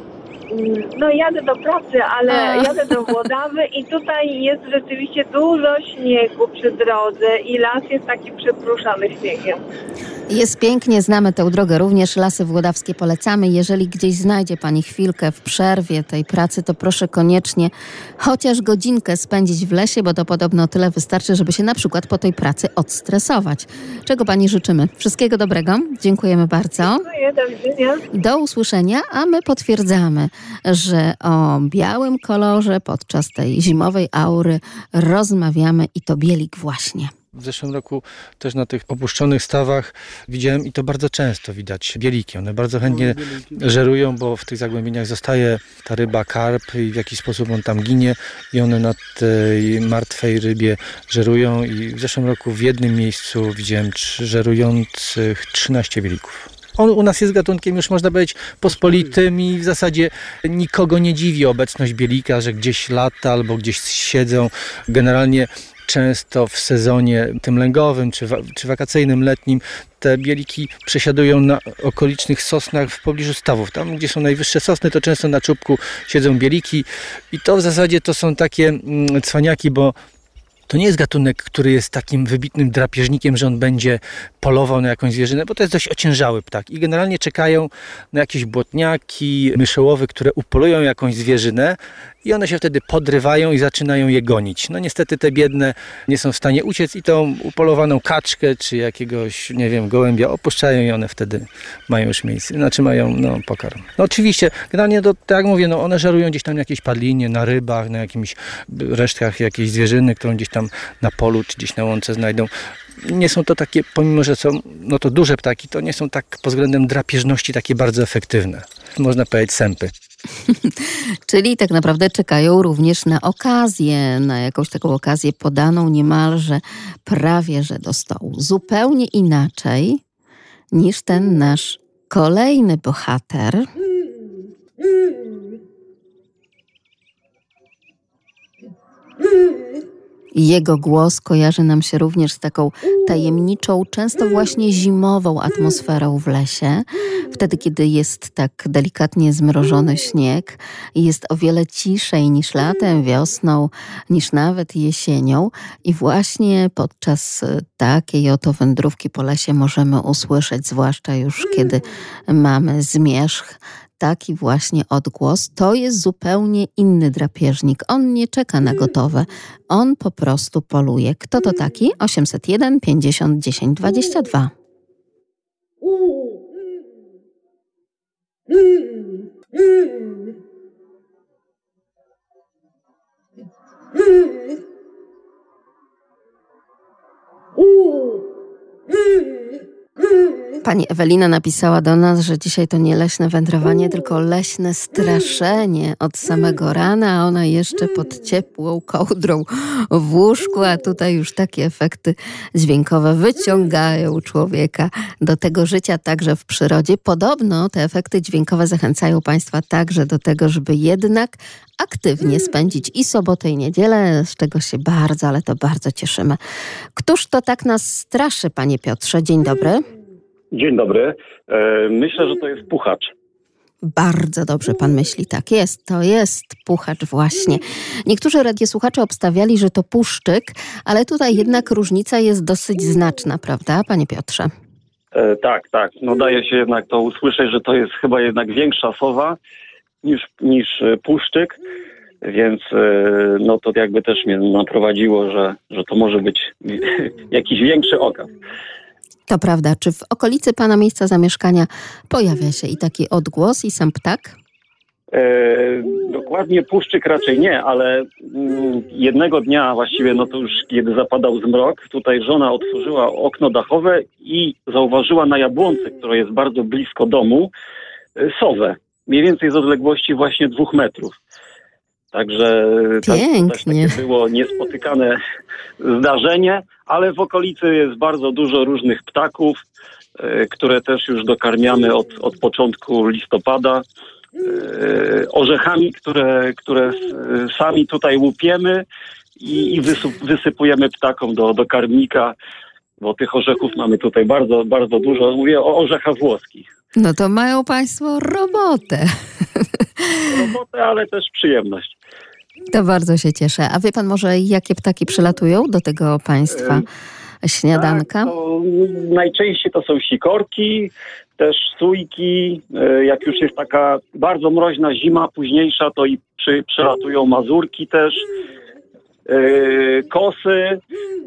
No jadę do pracy, ale jadę do Włodawy i tutaj jest rzeczywiście dużo śniegu przy drodze i las jest taki przepruszany śniegiem. Jest pięknie, znamy tę drogę również, Lasy Włodawskie polecamy. Jeżeli gdzieś znajdzie Pani chwilkę w przerwie tej pracy, to proszę koniecznie chociaż godzinkę spędzić w lesie, bo to podobno tyle wystarczy, żeby się na przykład po tej pracy odstresować. Czego Pani życzymy? Wszystkiego dobrego. Dziękujemy bardzo. Dziękuję, do widzenia. Do usłyszenia, a my potwierdzamy, że o białym kolorze podczas tej zimowej aury rozmawiamy i to bielik właśnie. W zeszłym roku też na tych opuszczonych stawach widziałem i to bardzo często widać bieliki. One bardzo chętnie żerują, bo w tych zagłębieniach zostaje ta ryba, karp i w jakiś sposób on tam ginie i one na tej martwej rybie żerują i w zeszłym roku w jednym miejscu widziałem żerujących 13 bielików. On u nas jest gatunkiem, już można powiedzieć, pospolitym i w zasadzie nikogo nie dziwi obecność bielika, że gdzieś lata albo gdzieś siedzą. Generalnie często w sezonie tym lęgowym czy wakacyjnym, letnim te bieliki przesiadują na okolicznych sosnach w pobliżu stawów. Tam, gdzie są najwyższe sosny, to często na czubku siedzą bieliki i to w zasadzie to są takie cwaniaki, bo to nie jest gatunek, który jest takim wybitnym drapieżnikiem, że on będzie polował na jakąś zwierzynę, bo to jest dość ociężały ptak i generalnie czekają na jakieś błotniaki, myszołowy, które upolują jakąś zwierzynę i one się wtedy podrywają i zaczynają je gonić. No niestety te biedne nie są w stanie uciec i tą upolowaną kaczkę czy jakiegoś, nie wiem, gołębia opuszczają i one wtedy mają już miejsce, mają pokarm. No oczywiście, generalnie to, tak jak mówię, one żerują gdzieś tam na jakiejś padlinie, na rybach, na jakimś resztkach jakiejś zwierzyny, którą gdzieś tam na polu czy gdzieś na łące znajdą. Nie są to takie, pomimo że są to duże ptaki, to nie są tak pod względem drapieżności takie bardzo efektywne. Można powiedzieć sępy. Czyli tak naprawdę czekają również na okazję, na jakąś taką okazję podaną niemalże prawie że do stołu. Zupełnie inaczej niż ten nasz kolejny bohater. Jego głos kojarzy nam się również z taką tajemniczą, często właśnie zimową atmosferą w lesie. Wtedy, kiedy jest tak delikatnie zmrożony śnieg i jest o wiele ciszej niż latem, wiosną, niż nawet jesienią. I właśnie podczas takiej oto wędrówki po lesie możemy usłyszeć, zwłaszcza już kiedy mamy zmierzch, taki właśnie odgłos. To jest zupełnie inny drapieżnik. On nie czeka na gotowe. On po prostu poluje. Kto to taki? 801 50 10 22. Pani Ewelina napisała do nas, że dzisiaj to nie leśne wędrowanie, tylko leśne straszenie od samego rana, a ona jeszcze pod ciepłą kołdrą w łóżku, a tutaj już takie efekty dźwiękowe wyciągają człowieka do tego życia także w przyrodzie. Podobno te efekty dźwiękowe zachęcają Państwa także do tego, żeby jednak aktywnie spędzić i sobotę, i niedzielę, z czego się bardzo, ale to bardzo cieszymy. Któż to tak nas straszy, Panie Piotrze? Dzień dobry. Dzień dobry. Myślę, że to jest puchacz. Bardzo dobrze pan myśli, tak jest, to jest puchacz właśnie. Niektórzy radiosłuchacze obstawiali, że to puszczyk, ale tutaj jednak różnica jest dosyć znaczna, prawda, Panie Piotrze? Tak. No daje się jednak to usłyszeć, że to jest chyba jednak większa sowa niż puszczyk, więc no to jakby też mnie naprowadziło, że to może być jakiś większy okaz. To prawda. Czy w okolicy pana miejsca zamieszkania pojawia się i taki odgłos, i sam ptak? Dokładnie puszczyk raczej nie, ale jednego dnia właściwie, no to już kiedy zapadał zmrok, tutaj żona otworzyła okno dachowe i zauważyła na jabłonce, która jest bardzo blisko domu, sowę. Mniej więcej z odległości właśnie 2 metrów. Także to też takie było niespotykane zdarzenie, ale w okolicy jest bardzo dużo różnych ptaków, które też już dokarmiamy od początku listopada. Orzechami, które sami tutaj łupiemy i wysypujemy ptakom do karmnika, bo tych orzechów mamy tutaj bardzo, bardzo dużo. Mówię o orzechach włoskich. No to mają państwo robotę. Robotę, ale też przyjemność. To bardzo się cieszę. A wie pan może, jakie ptaki przylatują do tego państwa śniadanka? Tak, najczęściej to są sikorki, też sójki. Jak już jest taka bardzo mroźna zima, późniejsza, to i przylatują mazurki też, kosy,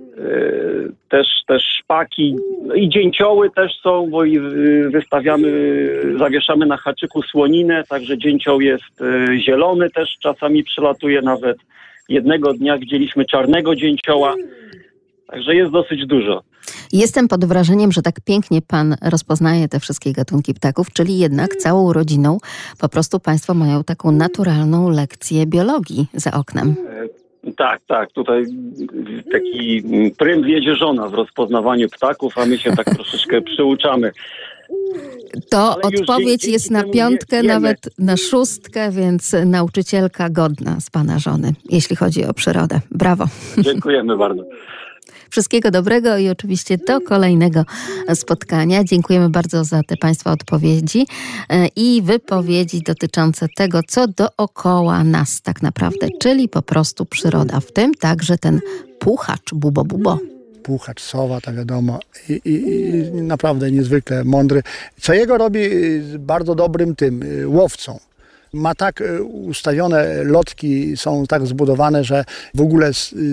też szpaki i dzięcioły też są, bo zawieszamy na haczyku słoninę, także dzięcioł jest zielony, też czasami przylatuje, nawet jednego dnia widzieliśmy czarnego dzięcioła, także jest dosyć dużo. Jestem pod wrażeniem, że tak pięknie pan rozpoznaje te wszystkie gatunki ptaków, czyli jednak całą rodziną po prostu państwo mają taką naturalną lekcję biologii za oknem. Tak. Tutaj taki prym wiedzie żona w rozpoznawaniu ptaków, a my się tak troszeczkę przyuczamy. To odpowiedź jest na 5, nawet na 6, więc nauczycielka godna z pana żony, jeśli chodzi o przyrodę. Brawo. Dziękujemy bardzo. Wszystkiego dobrego i oczywiście do kolejnego spotkania. Dziękujemy bardzo za te państwa odpowiedzi i wypowiedzi dotyczące tego, co dookoła nas tak naprawdę, czyli po prostu przyroda, w tym także ten puchacz bubo. Puchacz, sowa, to wiadomo, i naprawdę niezwykle mądry. Co jego robi bardzo dobrym łowcą. Ma tak ustawione lotki, są tak zbudowane, że w ogóle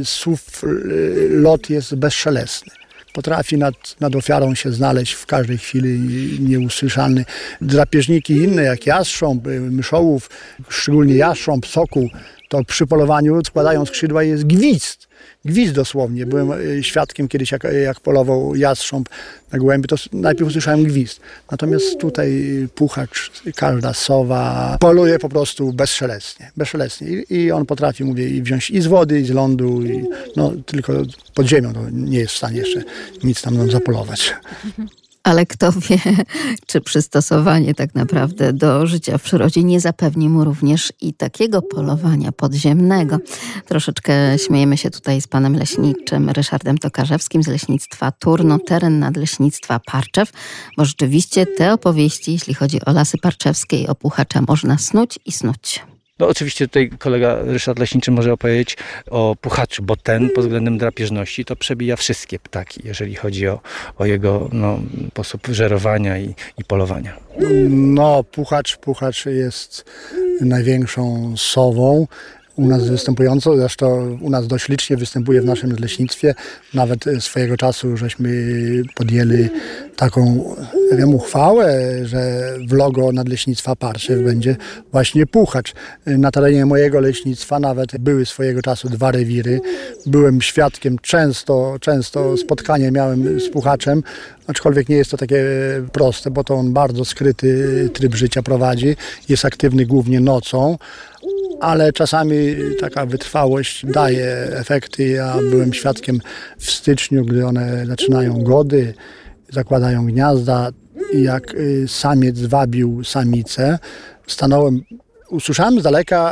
lot jest bezszelestny. Potrafi nad ofiarą się znaleźć w każdej chwili nieusłyszalny. Drapieżniki inne, jak jastrząb, myszołów, szczególnie jastrząb, sokół, to przy polowaniu składają skrzydła i jest gwizd. Gwizd dosłownie. Byłem świadkiem kiedyś, jak polował jastrząb na gołębie, to najpierw usłyszałem gwizd. Natomiast tutaj puchacz, każda sowa poluje po prostu bezszelestnie. I on potrafi, mówię, i wziąć i z wody, i z lądu, tylko pod ziemią to nie jest w stanie jeszcze nic tam zapolować. Ale kto wie, czy przystosowanie tak naprawdę do życia w przyrodzie nie zapewni mu również i takiego polowania podziemnego. Troszeczkę śmiejemy się tutaj z panem leśniczym Ryszardem Tokarzewskim z Leśnictwa Turno, teren Nadleśnictwa Parczew, bo rzeczywiście te opowieści, jeśli chodzi o lasy parczewskie i o puchacza, można snuć i snuć. No oczywiście tutaj kolega Ryszard Leśniczy może opowiedzieć o puchaczu, bo ten pod względem drapieżności to przebija wszystkie ptaki, jeżeli chodzi o jego sposób żerowania i polowania. No puchacz jest największą sową u nas występującą, zresztą u nas dość licznie występuje w naszym leśnictwie. Nawet swojego czasu żeśmy podjęli taką uchwałę, że w logo Nadleśnictwa Parczew będzie właśnie puchacz. Na terenie mojego leśnictwa nawet były swojego czasu 2 rewiry. Byłem świadkiem, często spotkanie miałem z puchaczem, aczkolwiek nie jest to takie proste, bo to on bardzo skryty tryb życia prowadzi. Jest aktywny głównie nocą, ale czasami taka wytrwałość daje efekty. Ja byłem świadkiem w styczniu, gdy one zaczynają gody, zakładają gniazda i jak samiec wabił samicę, usłyszałem z daleka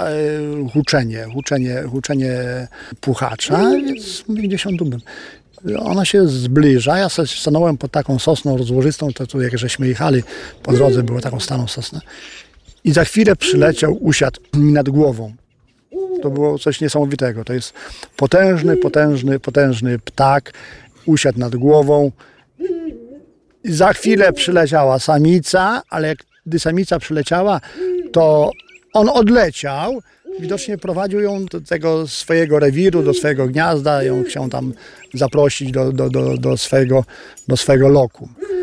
huczenie puchacza, więc gdzieś on tu był. Ona się zbliża, ja sobie stanąłem pod taką sosną rozłożystą, to jak żeśmy jechali, po drodze było taką staną sosnę. I za chwilę przyleciał, usiadł mi nad głową. To było coś niesamowitego. To jest potężny ptak. Usiadł nad głową. I za chwilę przyleciała samica, ale gdy samica przyleciała, to on odleciał. Widocznie prowadził ją do tego swojego rewiru, do swojego gniazda. Ją chciał tam zaprosić do swojego lokum.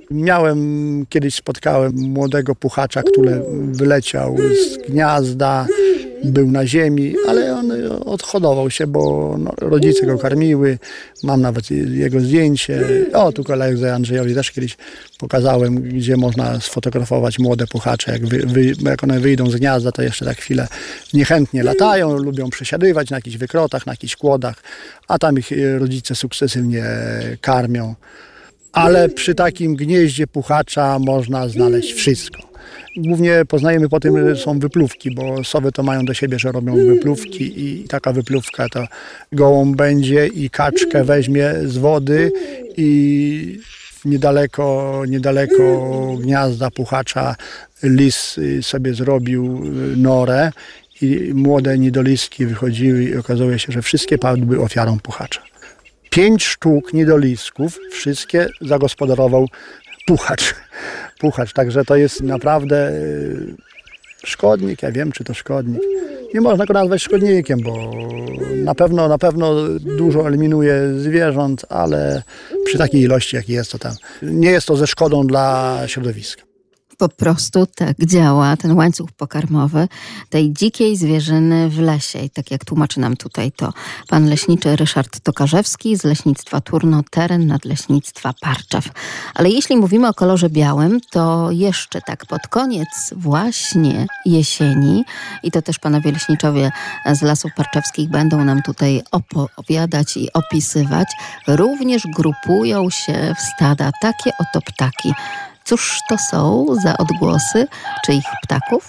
Spotkałem młodego puchacza, który wyleciał z gniazda, był na ziemi, ale on odhodował się, bo rodzice go karmiły. Mam nawet jego zdjęcie. Tu koledze Andrzejowi też kiedyś pokazałem, gdzie można sfotografować młode puchacze. Jak one wyjdą z gniazda, to jeszcze tak chwilę niechętnie latają, lubią przesiadywać na jakichś wykrotach, na jakichś kłodach, a tam ich rodzice sukcesywnie karmią. Ale przy takim gnieździe puchacza można znaleźć wszystko. Głównie poznajemy po tym, że są wypluwki, bo sowy to mają do siebie, że robią wypluwki i taka wypluwka to gołąb będzie i kaczkę weźmie z wody i niedaleko gniazda puchacza lis sobie zrobił norę i młode niedoliski wychodziły i okazuje się, że wszystkie padły ofiarą puchacza. 5 sztuk niedolisków, wszystkie zagospodarował puchacz. Także to jest naprawdę szkodnik. Ja wiem, czy to szkodnik. Nie można go nazwać szkodnikiem, bo na pewno dużo eliminuje zwierząt, ale przy takiej ilości, jak jest, to tam nie jest to ze szkodą dla środowiska. Po prostu tak działa ten łańcuch pokarmowy tej dzikiej zwierzyny w lesie. I tak jak tłumaczy nam tutaj to pan leśniczy Ryszard Tokarzewski z Leśnictwa Turno, teren Nadleśnictwa Parczew. Ale jeśli mówimy o kolorze białym, to jeszcze tak pod koniec właśnie jesieni, i to też panowie leśniczowie z Lasów Parczewskich będą nam tutaj opowiadać i opisywać, również grupują się w stada takie oto ptaki. Cóż to są za odgłosy czyich ptaków?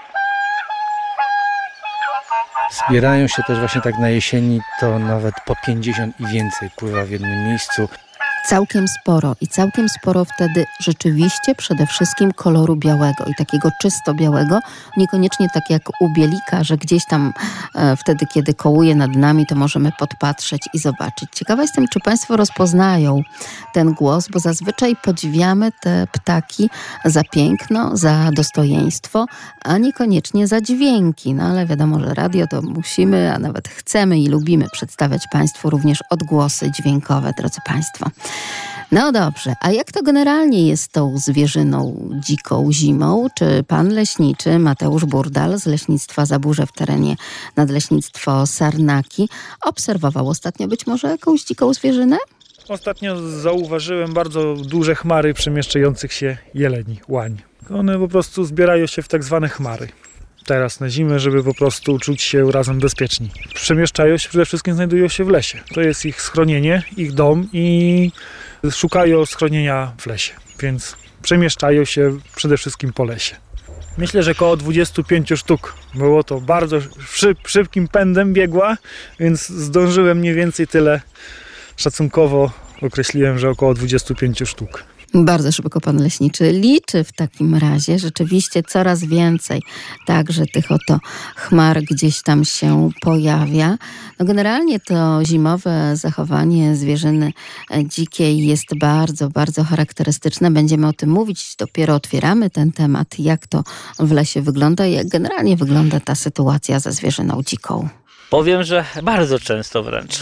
Zbierają się też właśnie tak na jesieni, to nawet po 50 i więcej pływa w jednym miejscu. Całkiem sporo i całkiem sporo wtedy rzeczywiście przede wszystkim koloru białego i takiego czysto białego, niekoniecznie tak jak u bielika, że gdzieś tam wtedy, kiedy kołuje nad nami, to możemy podpatrzeć i zobaczyć. Ciekawa jestem, czy państwo rozpoznają ten głos, bo zazwyczaj podziwiamy te ptaki za piękno, za dostojeństwo, a niekoniecznie za dźwięki. No ale wiadomo, że radio to musimy, a nawet chcemy i lubimy przedstawiać państwu również odgłosy dźwiękowe, drodzy państwo. No dobrze, a jak to generalnie jest z tą zwierzyną dziką zimą? Czy pan leśniczy Mateusz Burdal z Leśnictwa Zaburze w terenie Nadleśnictwo Sarnaki obserwował ostatnio być może jakąś dziką zwierzynę? Ostatnio zauważyłem bardzo duże chmary przemieszczających się jeleni, łań. One po prostu zbierają się w tak zwane chmary. Teraz na zimę, żeby po prostu czuć się razem bezpieczni. Przemieszczają się, przede wszystkim znajdują się w lesie. To jest ich schronienie, ich dom i szukają schronienia w lesie. Więc przemieszczają się przede wszystkim po lesie. Myślę, że około 25 sztuk. Było to bardzo szybkim pędem biegła, więc zdążyłem mniej więcej tyle. Szacunkowo określiłem, że około 25 sztuk. Bardzo szybko pan leśniczy liczy w takim razie. Rzeczywiście coraz więcej także tych oto chmar gdzieś tam się pojawia. No generalnie to zimowe zachowanie zwierzyny dzikiej jest bardzo, bardzo charakterystyczne. Będziemy o tym mówić. Dopiero otwieramy ten temat, jak to w lesie wygląda i jak generalnie wygląda ta sytuacja ze zwierzyną dziką. Powiem, że bardzo często wręcz.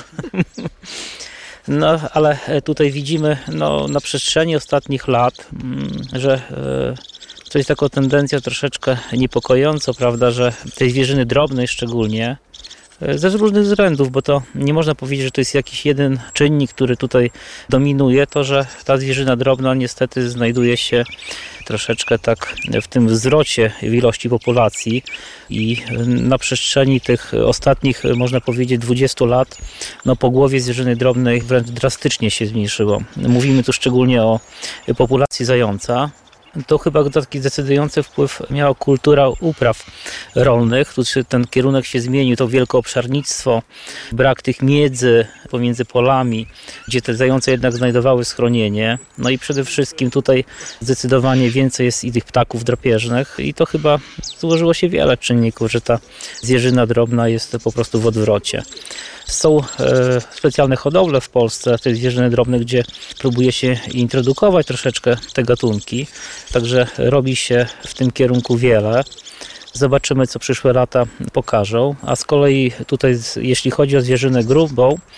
No, ale tutaj widzimy na przestrzeni ostatnich lat, że to jest taka tendencja troszeczkę niepokojąca, prawda, że tej zwierzyny drobnej szczególnie, ze różnych względów, bo to nie można powiedzieć, że to jest jakiś jeden czynnik, który tutaj dominuje, to, że ta zwierzyna drobna niestety znajduje się troszeczkę tak w tym wzrocie w ilości populacji i na przestrzeni tych ostatnich, można powiedzieć, 20 lat, pogłowie zwierzyny drobnej wręcz drastycznie się zmniejszyło. Mówimy tu szczególnie o populacji zająca. To chyba taki decydujący wpływ miała kultura upraw rolnych. Tu ten kierunek się zmienił, to wielkoobszarnictwo, brak tych miedzy pomiędzy polami, gdzie te zające jednak znajdowały schronienie. No i przede wszystkim tutaj zdecydowanie więcej jest i tych ptaków drapieżnych i to chyba złożyło się wiele czynników, że ta zwierzyna drobna jest po prostu w odwrocie. Są specjalne hodowle w Polsce tych zwierzyny drobnych, gdzie próbuje się introdukować troszeczkę te gatunki. Także robi się w tym kierunku wiele. Zobaczymy, co przyszłe lata pokażą. A z kolei tutaj, jeśli chodzi o zwierzynę grubą,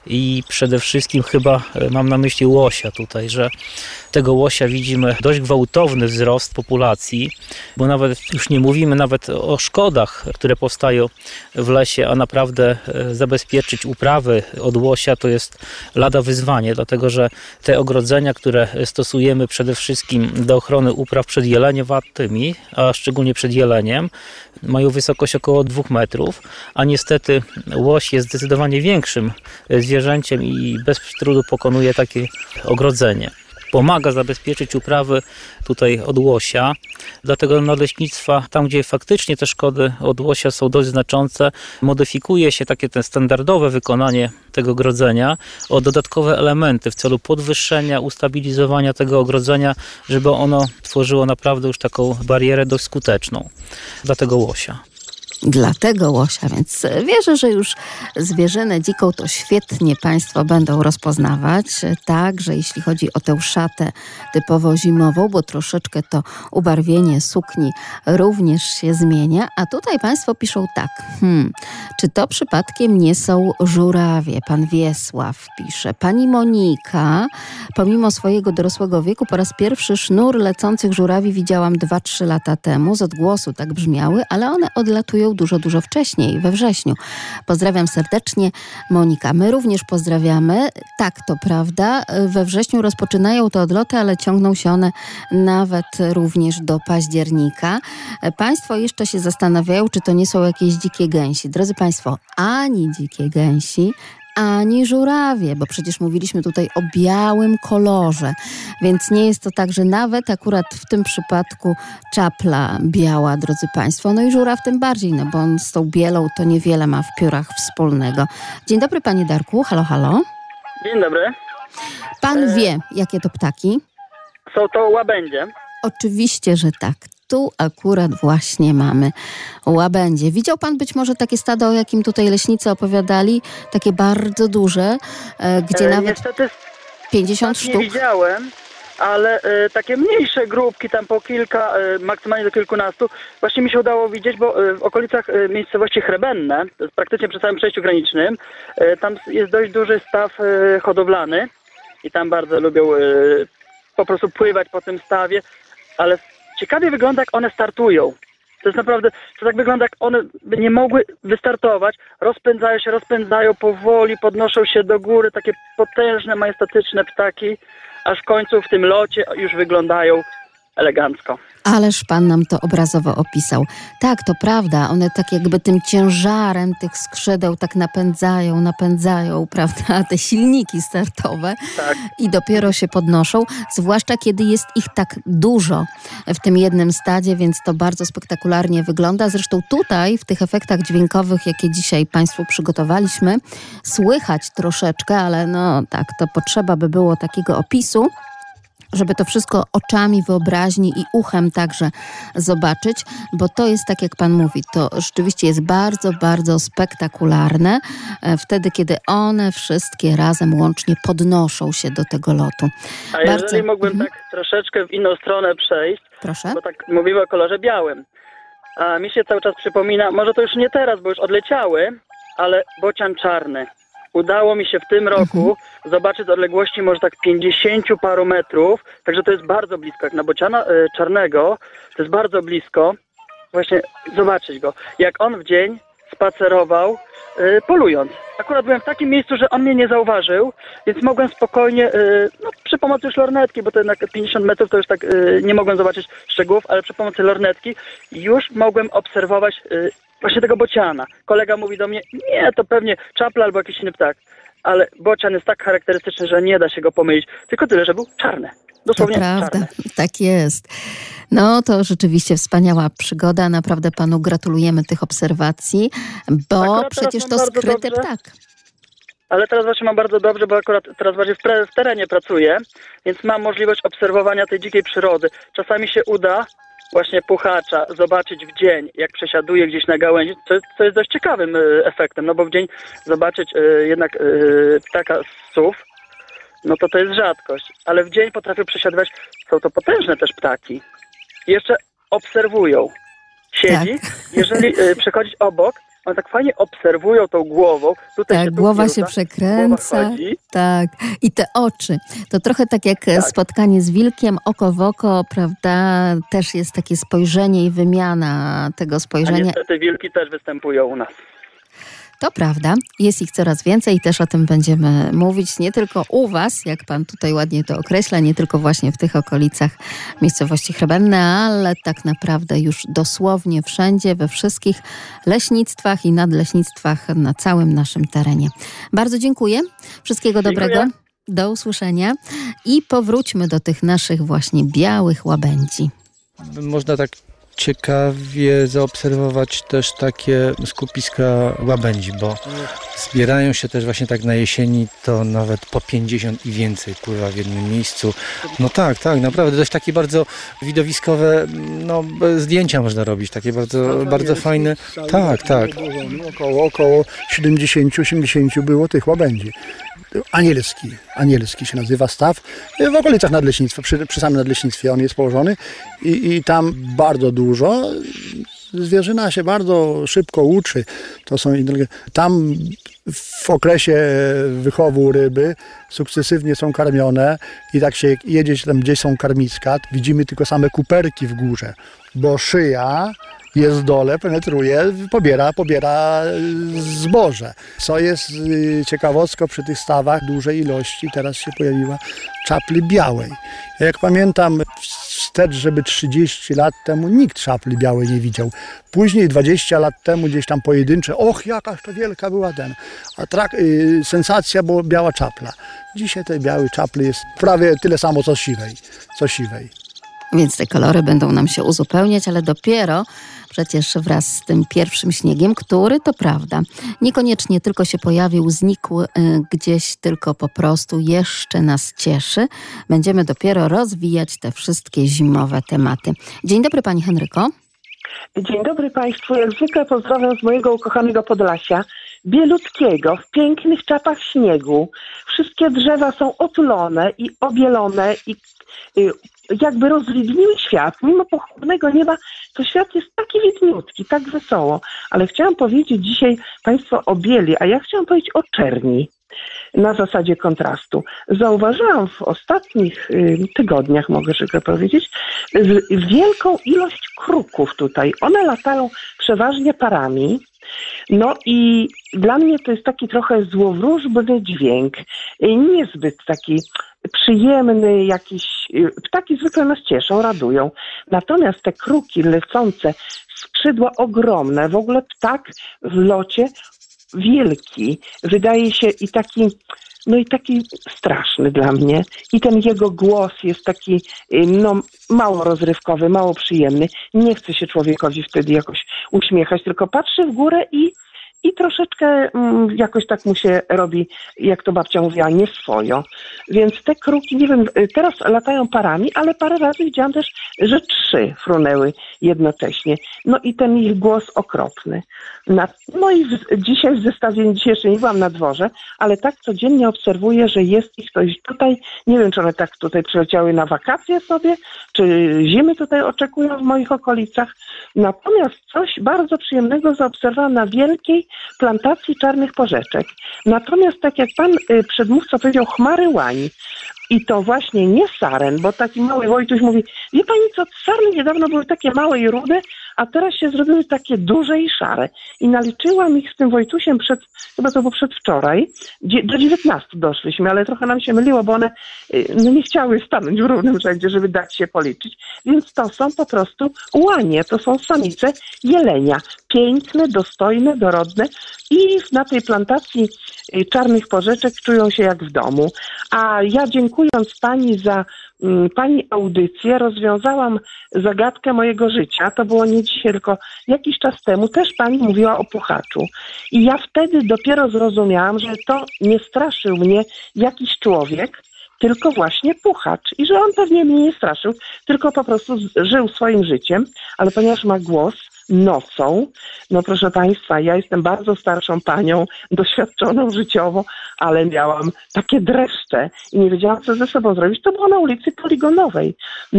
i przede wszystkim chyba mam na myśli łosia tutaj, że tego łosia widzimy dość gwałtowny wzrost populacji, bo nawet już nie mówimy nawet o szkodach, które powstają w lesie, a naprawdę zabezpieczyć uprawy od łosia to jest lada wyzwanie, dlatego że te ogrodzenia, które stosujemy przede wszystkim do ochrony upraw przed jeleniowatými, a szczególnie przed jeleniem, mają wysokość około 2 metrów, a niestety łoś jest zdecydowanie większym zwierzęciem i bez trudu pokonuje takie ogrodzenie. Pomaga zabezpieczyć uprawy tutaj od łosia, dlatego nadleśnictwa, tam gdzie faktycznie te szkody od łosia są dość znaczące, modyfikuje się takie ten standardowe wykonanie tego ogrodzenia o dodatkowe elementy w celu podwyższenia, ustabilizowania tego ogrodzenia, żeby ono tworzyło naprawdę już taką barierę dość skuteczną dla tego łosia. Dla tego łosia, więc wierzę, że już zwierzynę dziką to świetnie Państwo będą rozpoznawać. Także jeśli chodzi o tę szatę typowo zimową, bo troszeczkę to ubarwienie sukni również się zmienia. A tutaj Państwo piszą tak. Czy to przypadkiem nie są żurawie? Pan Wiesław pisze. Pani Monika, pomimo swojego dorosłego wieku, po raz pierwszy sznur lecących żurawi widziałam 2-3 lata temu. Z odgłosu tak brzmiały, ale one odlatują dużo wcześniej, we wrześniu. Pozdrawiam serdecznie, Monika. My również pozdrawiamy. Tak, to prawda. We wrześniu rozpoczynają te odloty, ale ciągną się one nawet również do października. Państwo jeszcze się zastanawiają, czy to nie są jakieś dzikie gęsi. Drodzy Państwo, ani dzikie gęsi, ani żurawie, bo przecież mówiliśmy tutaj o białym kolorze, więc nie jest to tak, że nawet akurat w tym przypadku czapla biała, drodzy Państwo, no i żuraw tym bardziej, no bo on z tą bielą to niewiele ma w piórach wspólnego. Dzień dobry, Panie Darku, halo, halo. Dzień dobry. Pan wie, jakie to ptaki? Są to łabędzie. Oczywiście, że tak. Tu akurat właśnie mamy łabędzie. Widział Pan być może takie stado, o jakim tutaj leśnicy opowiadali? Takie bardzo duże, gdzie nawet niestety 50 nie sztuk? widziałem, ale takie mniejsze grupki, tam po kilka, maksymalnie do kilkunastu, właśnie mi się udało widzieć, bo w okolicach miejscowości Chrebenne, to jest praktycznie przy całym przejściu granicznym, tam jest dość duży staw hodowlany i tam bardzo lubią po prostu pływać po tym stawie, ale ciekawie wygląda, jak one startują. To jest naprawdę, to tak wygląda, jak one by nie mogły wystartować. Rozpędzają powoli, podnoszą się do góry, takie potężne, majestatyczne ptaki, aż w końcu w tym locie już wyglądają elegancko. Ależ Pan nam to obrazowo opisał. Tak, to prawda, one tak jakby tym ciężarem tych skrzydeł tak napędzają, prawda, te silniki startowe i dopiero się podnoszą, zwłaszcza kiedy jest ich tak dużo w tym jednym stadzie, więc to bardzo spektakularnie wygląda. Zresztą tutaj w tych efektach dźwiękowych, jakie dzisiaj Państwu przygotowaliśmy, słychać troszeczkę, ale no tak, to potrzeba by było takiego opisu, żeby to wszystko oczami, wyobraźni i uchem także zobaczyć, bo to jest tak, jak Pan mówi, to rzeczywiście jest bardzo spektakularne wtedy, kiedy one wszystkie razem łącznie podnoszą się do tego lotu. A jeżeli mógłbym tak troszeczkę w inną stronę przejść, proszę, bo tak mówimy o kolorze białym, a mi się cały czas przypomina, może to już nie teraz, bo już odleciały, ale bocian czarny. Udało mi się w tym roku zobaczyć z odległości może tak 50 paru metrów, także to jest bardzo blisko. Jak na bociana czarnego, to jest bardzo blisko właśnie zobaczyć go. Jak on w dzień spacerował polując. Akurat byłem w takim miejscu, że on mnie nie zauważył, więc mogłem spokojnie, przy pomocy już lornetki, bo to jednak 50 metrów to już tak nie mogłem zobaczyć szczegółów, ale przy pomocy lornetki już mogłem obserwować właśnie tego bociana. Kolega mówi do mnie, nie, to pewnie czapla albo jakiś inny ptak. Ale bocian jest tak charakterystyczny, że nie da się go pomylić. Tylko tyle, że był czarny. Dosłownie to prawda, czarny. Tak jest. No to rzeczywiście wspaniała przygoda. Naprawdę Panu gratulujemy tych obserwacji, bo Akurat przecież to skryty ptak. Ale teraz właśnie mam bardzo dobrze, bo akurat teraz bardziej w terenie pracuję, więc mam możliwość obserwowania tej dzikiej przyrody. Czasami się uda właśnie puchacza zobaczyć w dzień, jak przesiaduje gdzieś na gałęzi, co jest dość ciekawym efektem, no bo w dzień zobaczyć jednak ptaka z sów, no to jest rzadkość, ale w dzień potrafią przesiadywać, są to potężne też ptaki. I jeszcze obserwują. Siedzi, jeżeli przechodzić obok, one tak fajnie obserwują tą głową. Tutaj tak, głowa się przekręca. Tak, i te oczy. To trochę tak jak spotkanie z wilkiem, oko w oko, prawda? Też jest takie spojrzenie i wymiana tego spojrzenia. A niestety wilki też występują u nas. To prawda, jest ich coraz więcej i też o tym będziemy mówić nie tylko u was, jak pan tutaj ładnie to określa, nie tylko właśnie w tych okolicach miejscowości Chrebenne, ale tak naprawdę już dosłownie wszędzie, we wszystkich leśnictwach i nadleśnictwach na całym naszym terenie. Bardzo dziękuję, wszystkiego dobrego, do usłyszenia i powróćmy do tych naszych właśnie białych łabędzi. Można tak ciekawie zaobserwować też takie skupiska łabędzi, bo zbierają się też właśnie tak na jesieni, to nawet po 50 i więcej pływa w jednym miejscu. No tak, naprawdę dość takie bardzo widowiskowe, no zdjęcia można robić, takie bardzo fajne. Tak. Około 70-80 było tych łabędzi. Anielski się nazywa staw. W okolicach nadleśnictwa, przy samym nadleśnictwie on jest położony i tam bardzo dużo. Zwierzyna się bardzo szybko uczy. Tam w okresie wychowu ryby sukcesywnie są karmione i tak się jedzie tam, gdzieś są karmiska, widzimy tylko same kuperki w górze, bo szyja jest w dole, penetruje, pobiera zboże. Co jest ciekawostką przy tych stawach dużej ilości, teraz się pojawiła czapli białej. Jak pamiętam wstecz, żeby 30 lat temu nikt czapli białej nie widział. Później 20 lat temu gdzieś tam pojedyncze, jakaż to wielka była sensacja, bo biała czapla. Dzisiaj tej białej czapli jest prawie tyle samo co siwej. Więc te kolory będą nam się uzupełniać, ale dopiero przecież wraz z tym pierwszym śniegiem, który to prawda, niekoniecznie tylko się pojawił, znikł gdzieś, tylko po prostu jeszcze nas cieszy. Będziemy dopiero rozwijać te wszystkie zimowe tematy. Dzień dobry Pani Henryko. Dzień dobry Państwu. Jak zwykle pozdrawiam z mojego ukochanego Podlasia. Bielutkiego, w pięknych czapach śniegu. Wszystkie drzewa są otulone i obielone i jakby rozwidniły świat. Mimo pochmurnego nieba to świat jest taki widniutki, tak wesoło. Ale chciałam powiedzieć dzisiaj Państwo o bieli, a ja chciałam powiedzieć o czerni. Na zasadzie kontrastu. Zauważyłam w ostatnich tygodniach, mogę szybko powiedzieć, wielką ilość kruków tutaj. One latają przeważnie parami. No i dla mnie to jest taki trochę złowróżbny dźwięk. Niezbyt taki przyjemny, jakiś. Ptaki zwykle nas cieszą, radują. Natomiast te kruki lecące, skrzydła ogromne, w ogóle ptak w locie wielki, wydaje się i taki straszny dla mnie. I ten jego głos jest taki, mało rozrywkowy, mało przyjemny. Nie chce się człowiekowi wtedy jakoś uśmiechać, tylko patrzy w górę i troszeczkę jakoś tak mu się robi, jak to babcia mówiła, nieswojo. Więc te kruki, nie wiem, teraz latają parami, ale parę razy widziałam też, że 3 frunęły jednocześnie. No i ten ich głos okropny. Dzisiaj w zestawieniu, dzisiaj jeszcze nie byłam na dworze, ale tak codziennie obserwuję, że jest ich coś tutaj. Nie wiem, czy one tak tutaj przyleciały na wakacje sobie, czy zimy tutaj oczekują w moich okolicach. Natomiast coś bardzo przyjemnego zaobserwowałam na wielkiej plantacji czarnych porzeczek. Natomiast tak jak pan przedmówca powiedział, chmary łań. I to właśnie nie saren, bo taki mały Wojtuś mówi, wie pani co, sarny niedawno były takie małe i rude, a teraz się zrobiły takie duże i szare. I naliczyłam ich z tym Wojtusiem chyba to było przedwczoraj, do 19 doszliśmy, ale trochę nam się myliło, bo one nie chciały stanąć w równym rzędzie, żeby dać się policzyć. Więc to są po prostu łanie, to są samice jelenia. Piękne, dostojne, dorodne i na tej plantacji czarnych porzeczek czują się jak w domu. A ja dziękując pani za pani audycję, rozwiązałam zagadkę mojego życia. To było nie dzisiaj, tylko jakiś czas temu. Też pani mówiła o puchaczu. I ja wtedy dopiero zrozumiałam, że to nie straszył mnie jakiś człowiek, tylko właśnie puchacz. I że on pewnie mnie nie straszył, tylko po prostu żył swoim życiem, ale ponieważ ma głos nocą, no proszę Państwa, ja jestem bardzo starszą panią, doświadczoną życiowo, ale miałam takie dreszcze i nie wiedziałam, co ze sobą zrobić. To było na ulicy Poligonowej.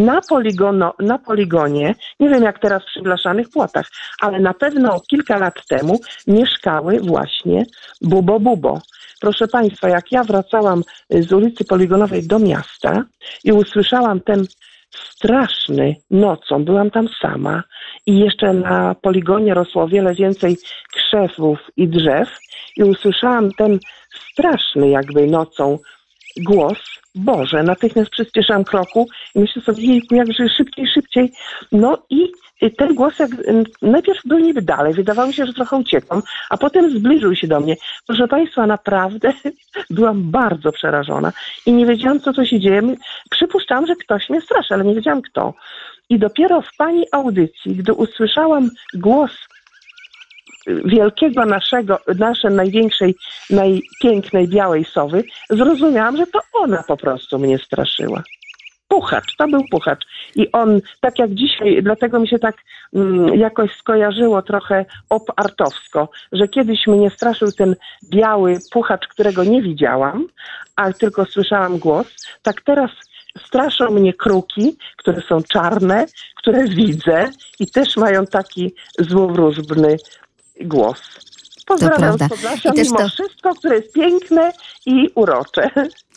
Na poligonie, nie wiem jak teraz przy blaszanych płotach, ale na pewno kilka lat temu mieszkały właśnie Bubo. Proszę Państwa, jak ja wracałam z ulicy Poligonowej do miasta i usłyszałam ten straszny nocą, byłam tam sama i jeszcze na poligonie rosło o wiele więcej krzewów i drzew i usłyszałam ten straszny jakby nocą głos, Boże, natychmiast przyspieszam kroku i myślę sobie, jejku, jakże szybciej. No i ten głos jak najpierw był niby dalej, wydawało mi się, że trochę uciekam, a potem zbliżył się do mnie. Proszę Państwa, naprawdę byłam bardzo przerażona i nie wiedziałam, co się dzieje. Przypuszczam, że ktoś mnie straszy, ale nie wiedziałam kto. I dopiero w pani audycji, gdy usłyszałam głos wielkiego naszej największej, najpięknej białej sowy, zrozumiałam, że to ona po prostu mnie straszyła. Puchacz, to był puchacz. I on, tak jak dzisiaj, dlatego mi się tak jakoś skojarzyło trochę op-artowsko, że kiedyś mnie straszył ten biały puchacz, którego nie widziałam, a tylko słyszałam głos, tak teraz straszą mnie kruki, które są czarne, które widzę i też mają taki złowróżbny głos. Pozdrawiam z Podlasia, mimo wszystko, które jest piękne i urocze.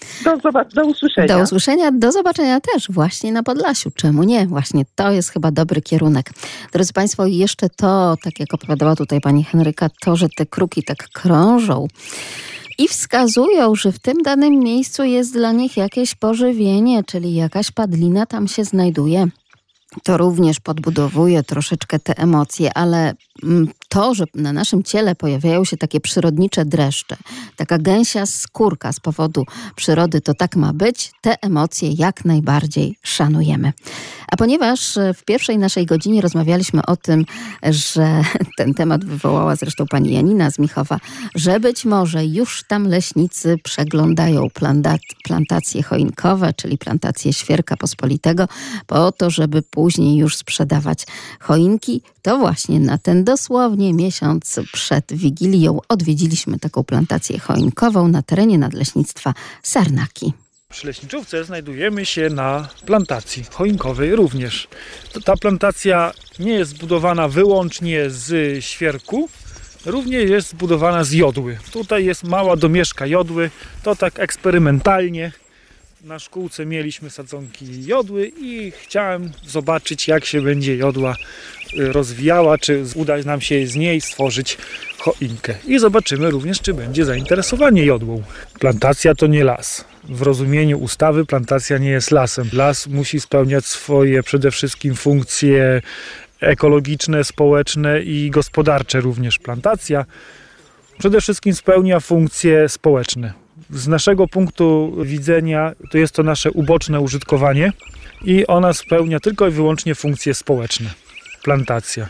Do usłyszenia. Do usłyszenia, do zobaczenia też właśnie na Podlasiu. Czemu nie? Właśnie to jest chyba dobry kierunek. Drodzy Państwo, jeszcze to, tak jak opowiadała tutaj pani Henryka, to, że te kruki tak krążą i wskazują, że w tym danym miejscu jest dla nich jakieś pożywienie, czyli jakaś padlina tam się znajduje. To również podbudowuje troszeczkę te emocje, ale to, że na naszym ciele pojawiają się takie przyrodnicze dreszcze, taka gęsia skórka z powodu przyrody, to tak ma być, te emocje jak najbardziej szanujemy. A ponieważ w pierwszej naszej godzinie rozmawialiśmy o tym, że ten temat wywołała zresztą pani Janina z Michowa, że być może już tam leśnicy przeglądają plantacje choinkowe, czyli plantacje świerka pospolitego, po to, żeby później już sprzedawać choinki, to właśnie na ten dosłownie miesiąc przed Wigilią odwiedziliśmy taką plantację choinkową na terenie Nadleśnictwa Sarnaki. Przy Leśniczówce znajdujemy się na plantacji choinkowej również. Ta plantacja nie jest zbudowana wyłącznie z świerku, również jest zbudowana z jodły. Tutaj jest mała domieszka jodły, to tak eksperymentalnie. Na szkółce mieliśmy sadzonki jodły i chciałem zobaczyć, jak się będzie jodła rozwijała, czy uda nam się z niej stworzyć choinkę. I zobaczymy również, czy będzie zainteresowanie jodłą. Plantacja to nie las. W rozumieniu ustawy plantacja nie jest lasem. Las musi spełniać swoje przede wszystkim funkcje ekologiczne, społeczne i gospodarcze również. Plantacja przede wszystkim spełnia funkcje społeczne. Z naszego punktu widzenia to jest to nasze uboczne użytkowanie i ona spełnia tylko i wyłącznie funkcje społeczne. Plantacja.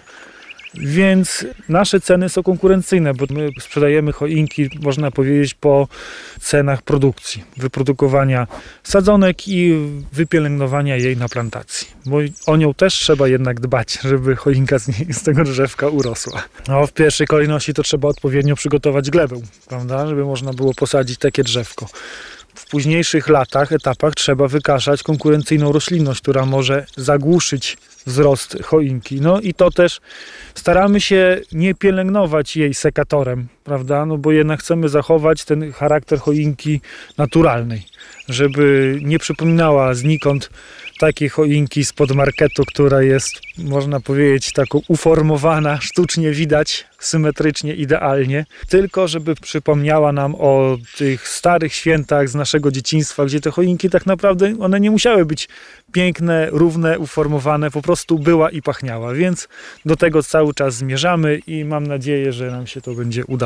Więc nasze ceny są konkurencyjne, bo my sprzedajemy choinki, można powiedzieć, po cenach produkcji, wyprodukowania sadzonek i wypielęgnowania jej na plantacji. Bo o nią też trzeba jednak dbać, żeby choinka z tego drzewka urosła. No, w pierwszej kolejności to trzeba odpowiednio przygotować glebę, prawda, żeby można było posadzić takie drzewko. W późniejszych etapach trzeba wykaszać konkurencyjną roślinność, która może zagłuszyć wzrost choinki. No i to też staramy się nie pielęgnować jej sekatorem, prawda? No bo jednak chcemy zachować ten charakter choinki naturalnej, żeby nie przypominała znikąd takiej choinki spod marketu, która jest, można powiedzieć, taką uformowana, sztucznie widać, symetrycznie, idealnie, tylko żeby przypomniała nam o tych starych świętach z naszego dzieciństwa, gdzie te choinki tak naprawdę, one nie musiały być piękne, równe, uformowane, po prostu była i pachniała, więc do tego cały czas zmierzamy i mam nadzieję, że nam się to będzie udawało.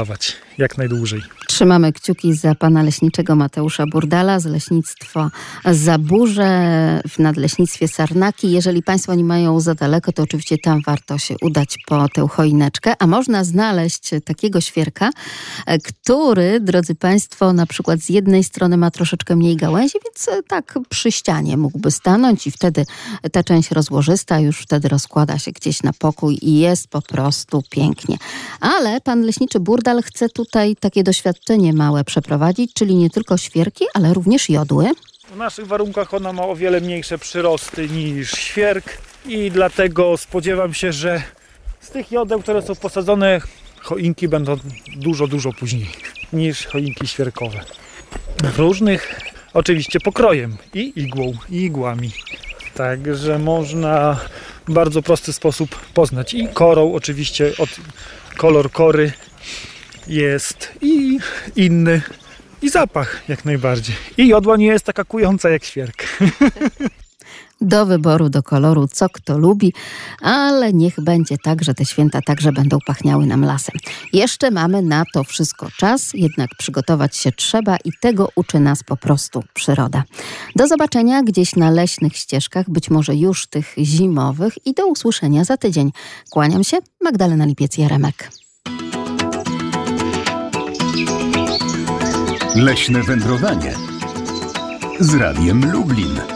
podawać jak najdłużej. Trzymamy kciuki za pana leśniczego Mateusza Burdala z leśnictwa Zaburze w Nadleśnictwie Sarnaki. Jeżeli państwo nie mają za daleko, to oczywiście tam warto się udać po tę choineczkę, a można znaleźć takiego świerka, który, drodzy państwo, na przykład z jednej strony ma troszeczkę mniej gałęzi, więc tak przy ścianie mógłby stanąć i wtedy ta część rozłożysta już wtedy rozkłada się gdzieś na pokój i jest po prostu pięknie. Ale pan leśniczy Burdal chce tutaj takie doświadczenie małe przeprowadzić, czyli nie tylko świerki, ale również jodły. W naszych warunkach ona ma o wiele mniejsze przyrosty niż świerk i dlatego spodziewam się, że z tych jodeł, które są posadzone, choinki będą dużo później niż choinki świerkowe. Różnych oczywiście pokrojem i igłą, i igłami. Także można w bardzo prosty sposób poznać. I korą oczywiście, kolor kory jest i inny, i zapach jak najbardziej. I jodła nie jest taka kująca jak świerk. Do wyboru, do koloru, co kto lubi, ale niech będzie tak, że te święta także będą pachniały nam lasem. Jeszcze mamy na to wszystko czas, jednak przygotować się trzeba i tego uczy nas po prostu przyroda. Do zobaczenia gdzieś na leśnych ścieżkach, być może już tych zimowych i do usłyszenia za tydzień. Kłaniam się, Magdalena Lipiec-Jaremek. Leśne wędrowanie z Radiem Lublin.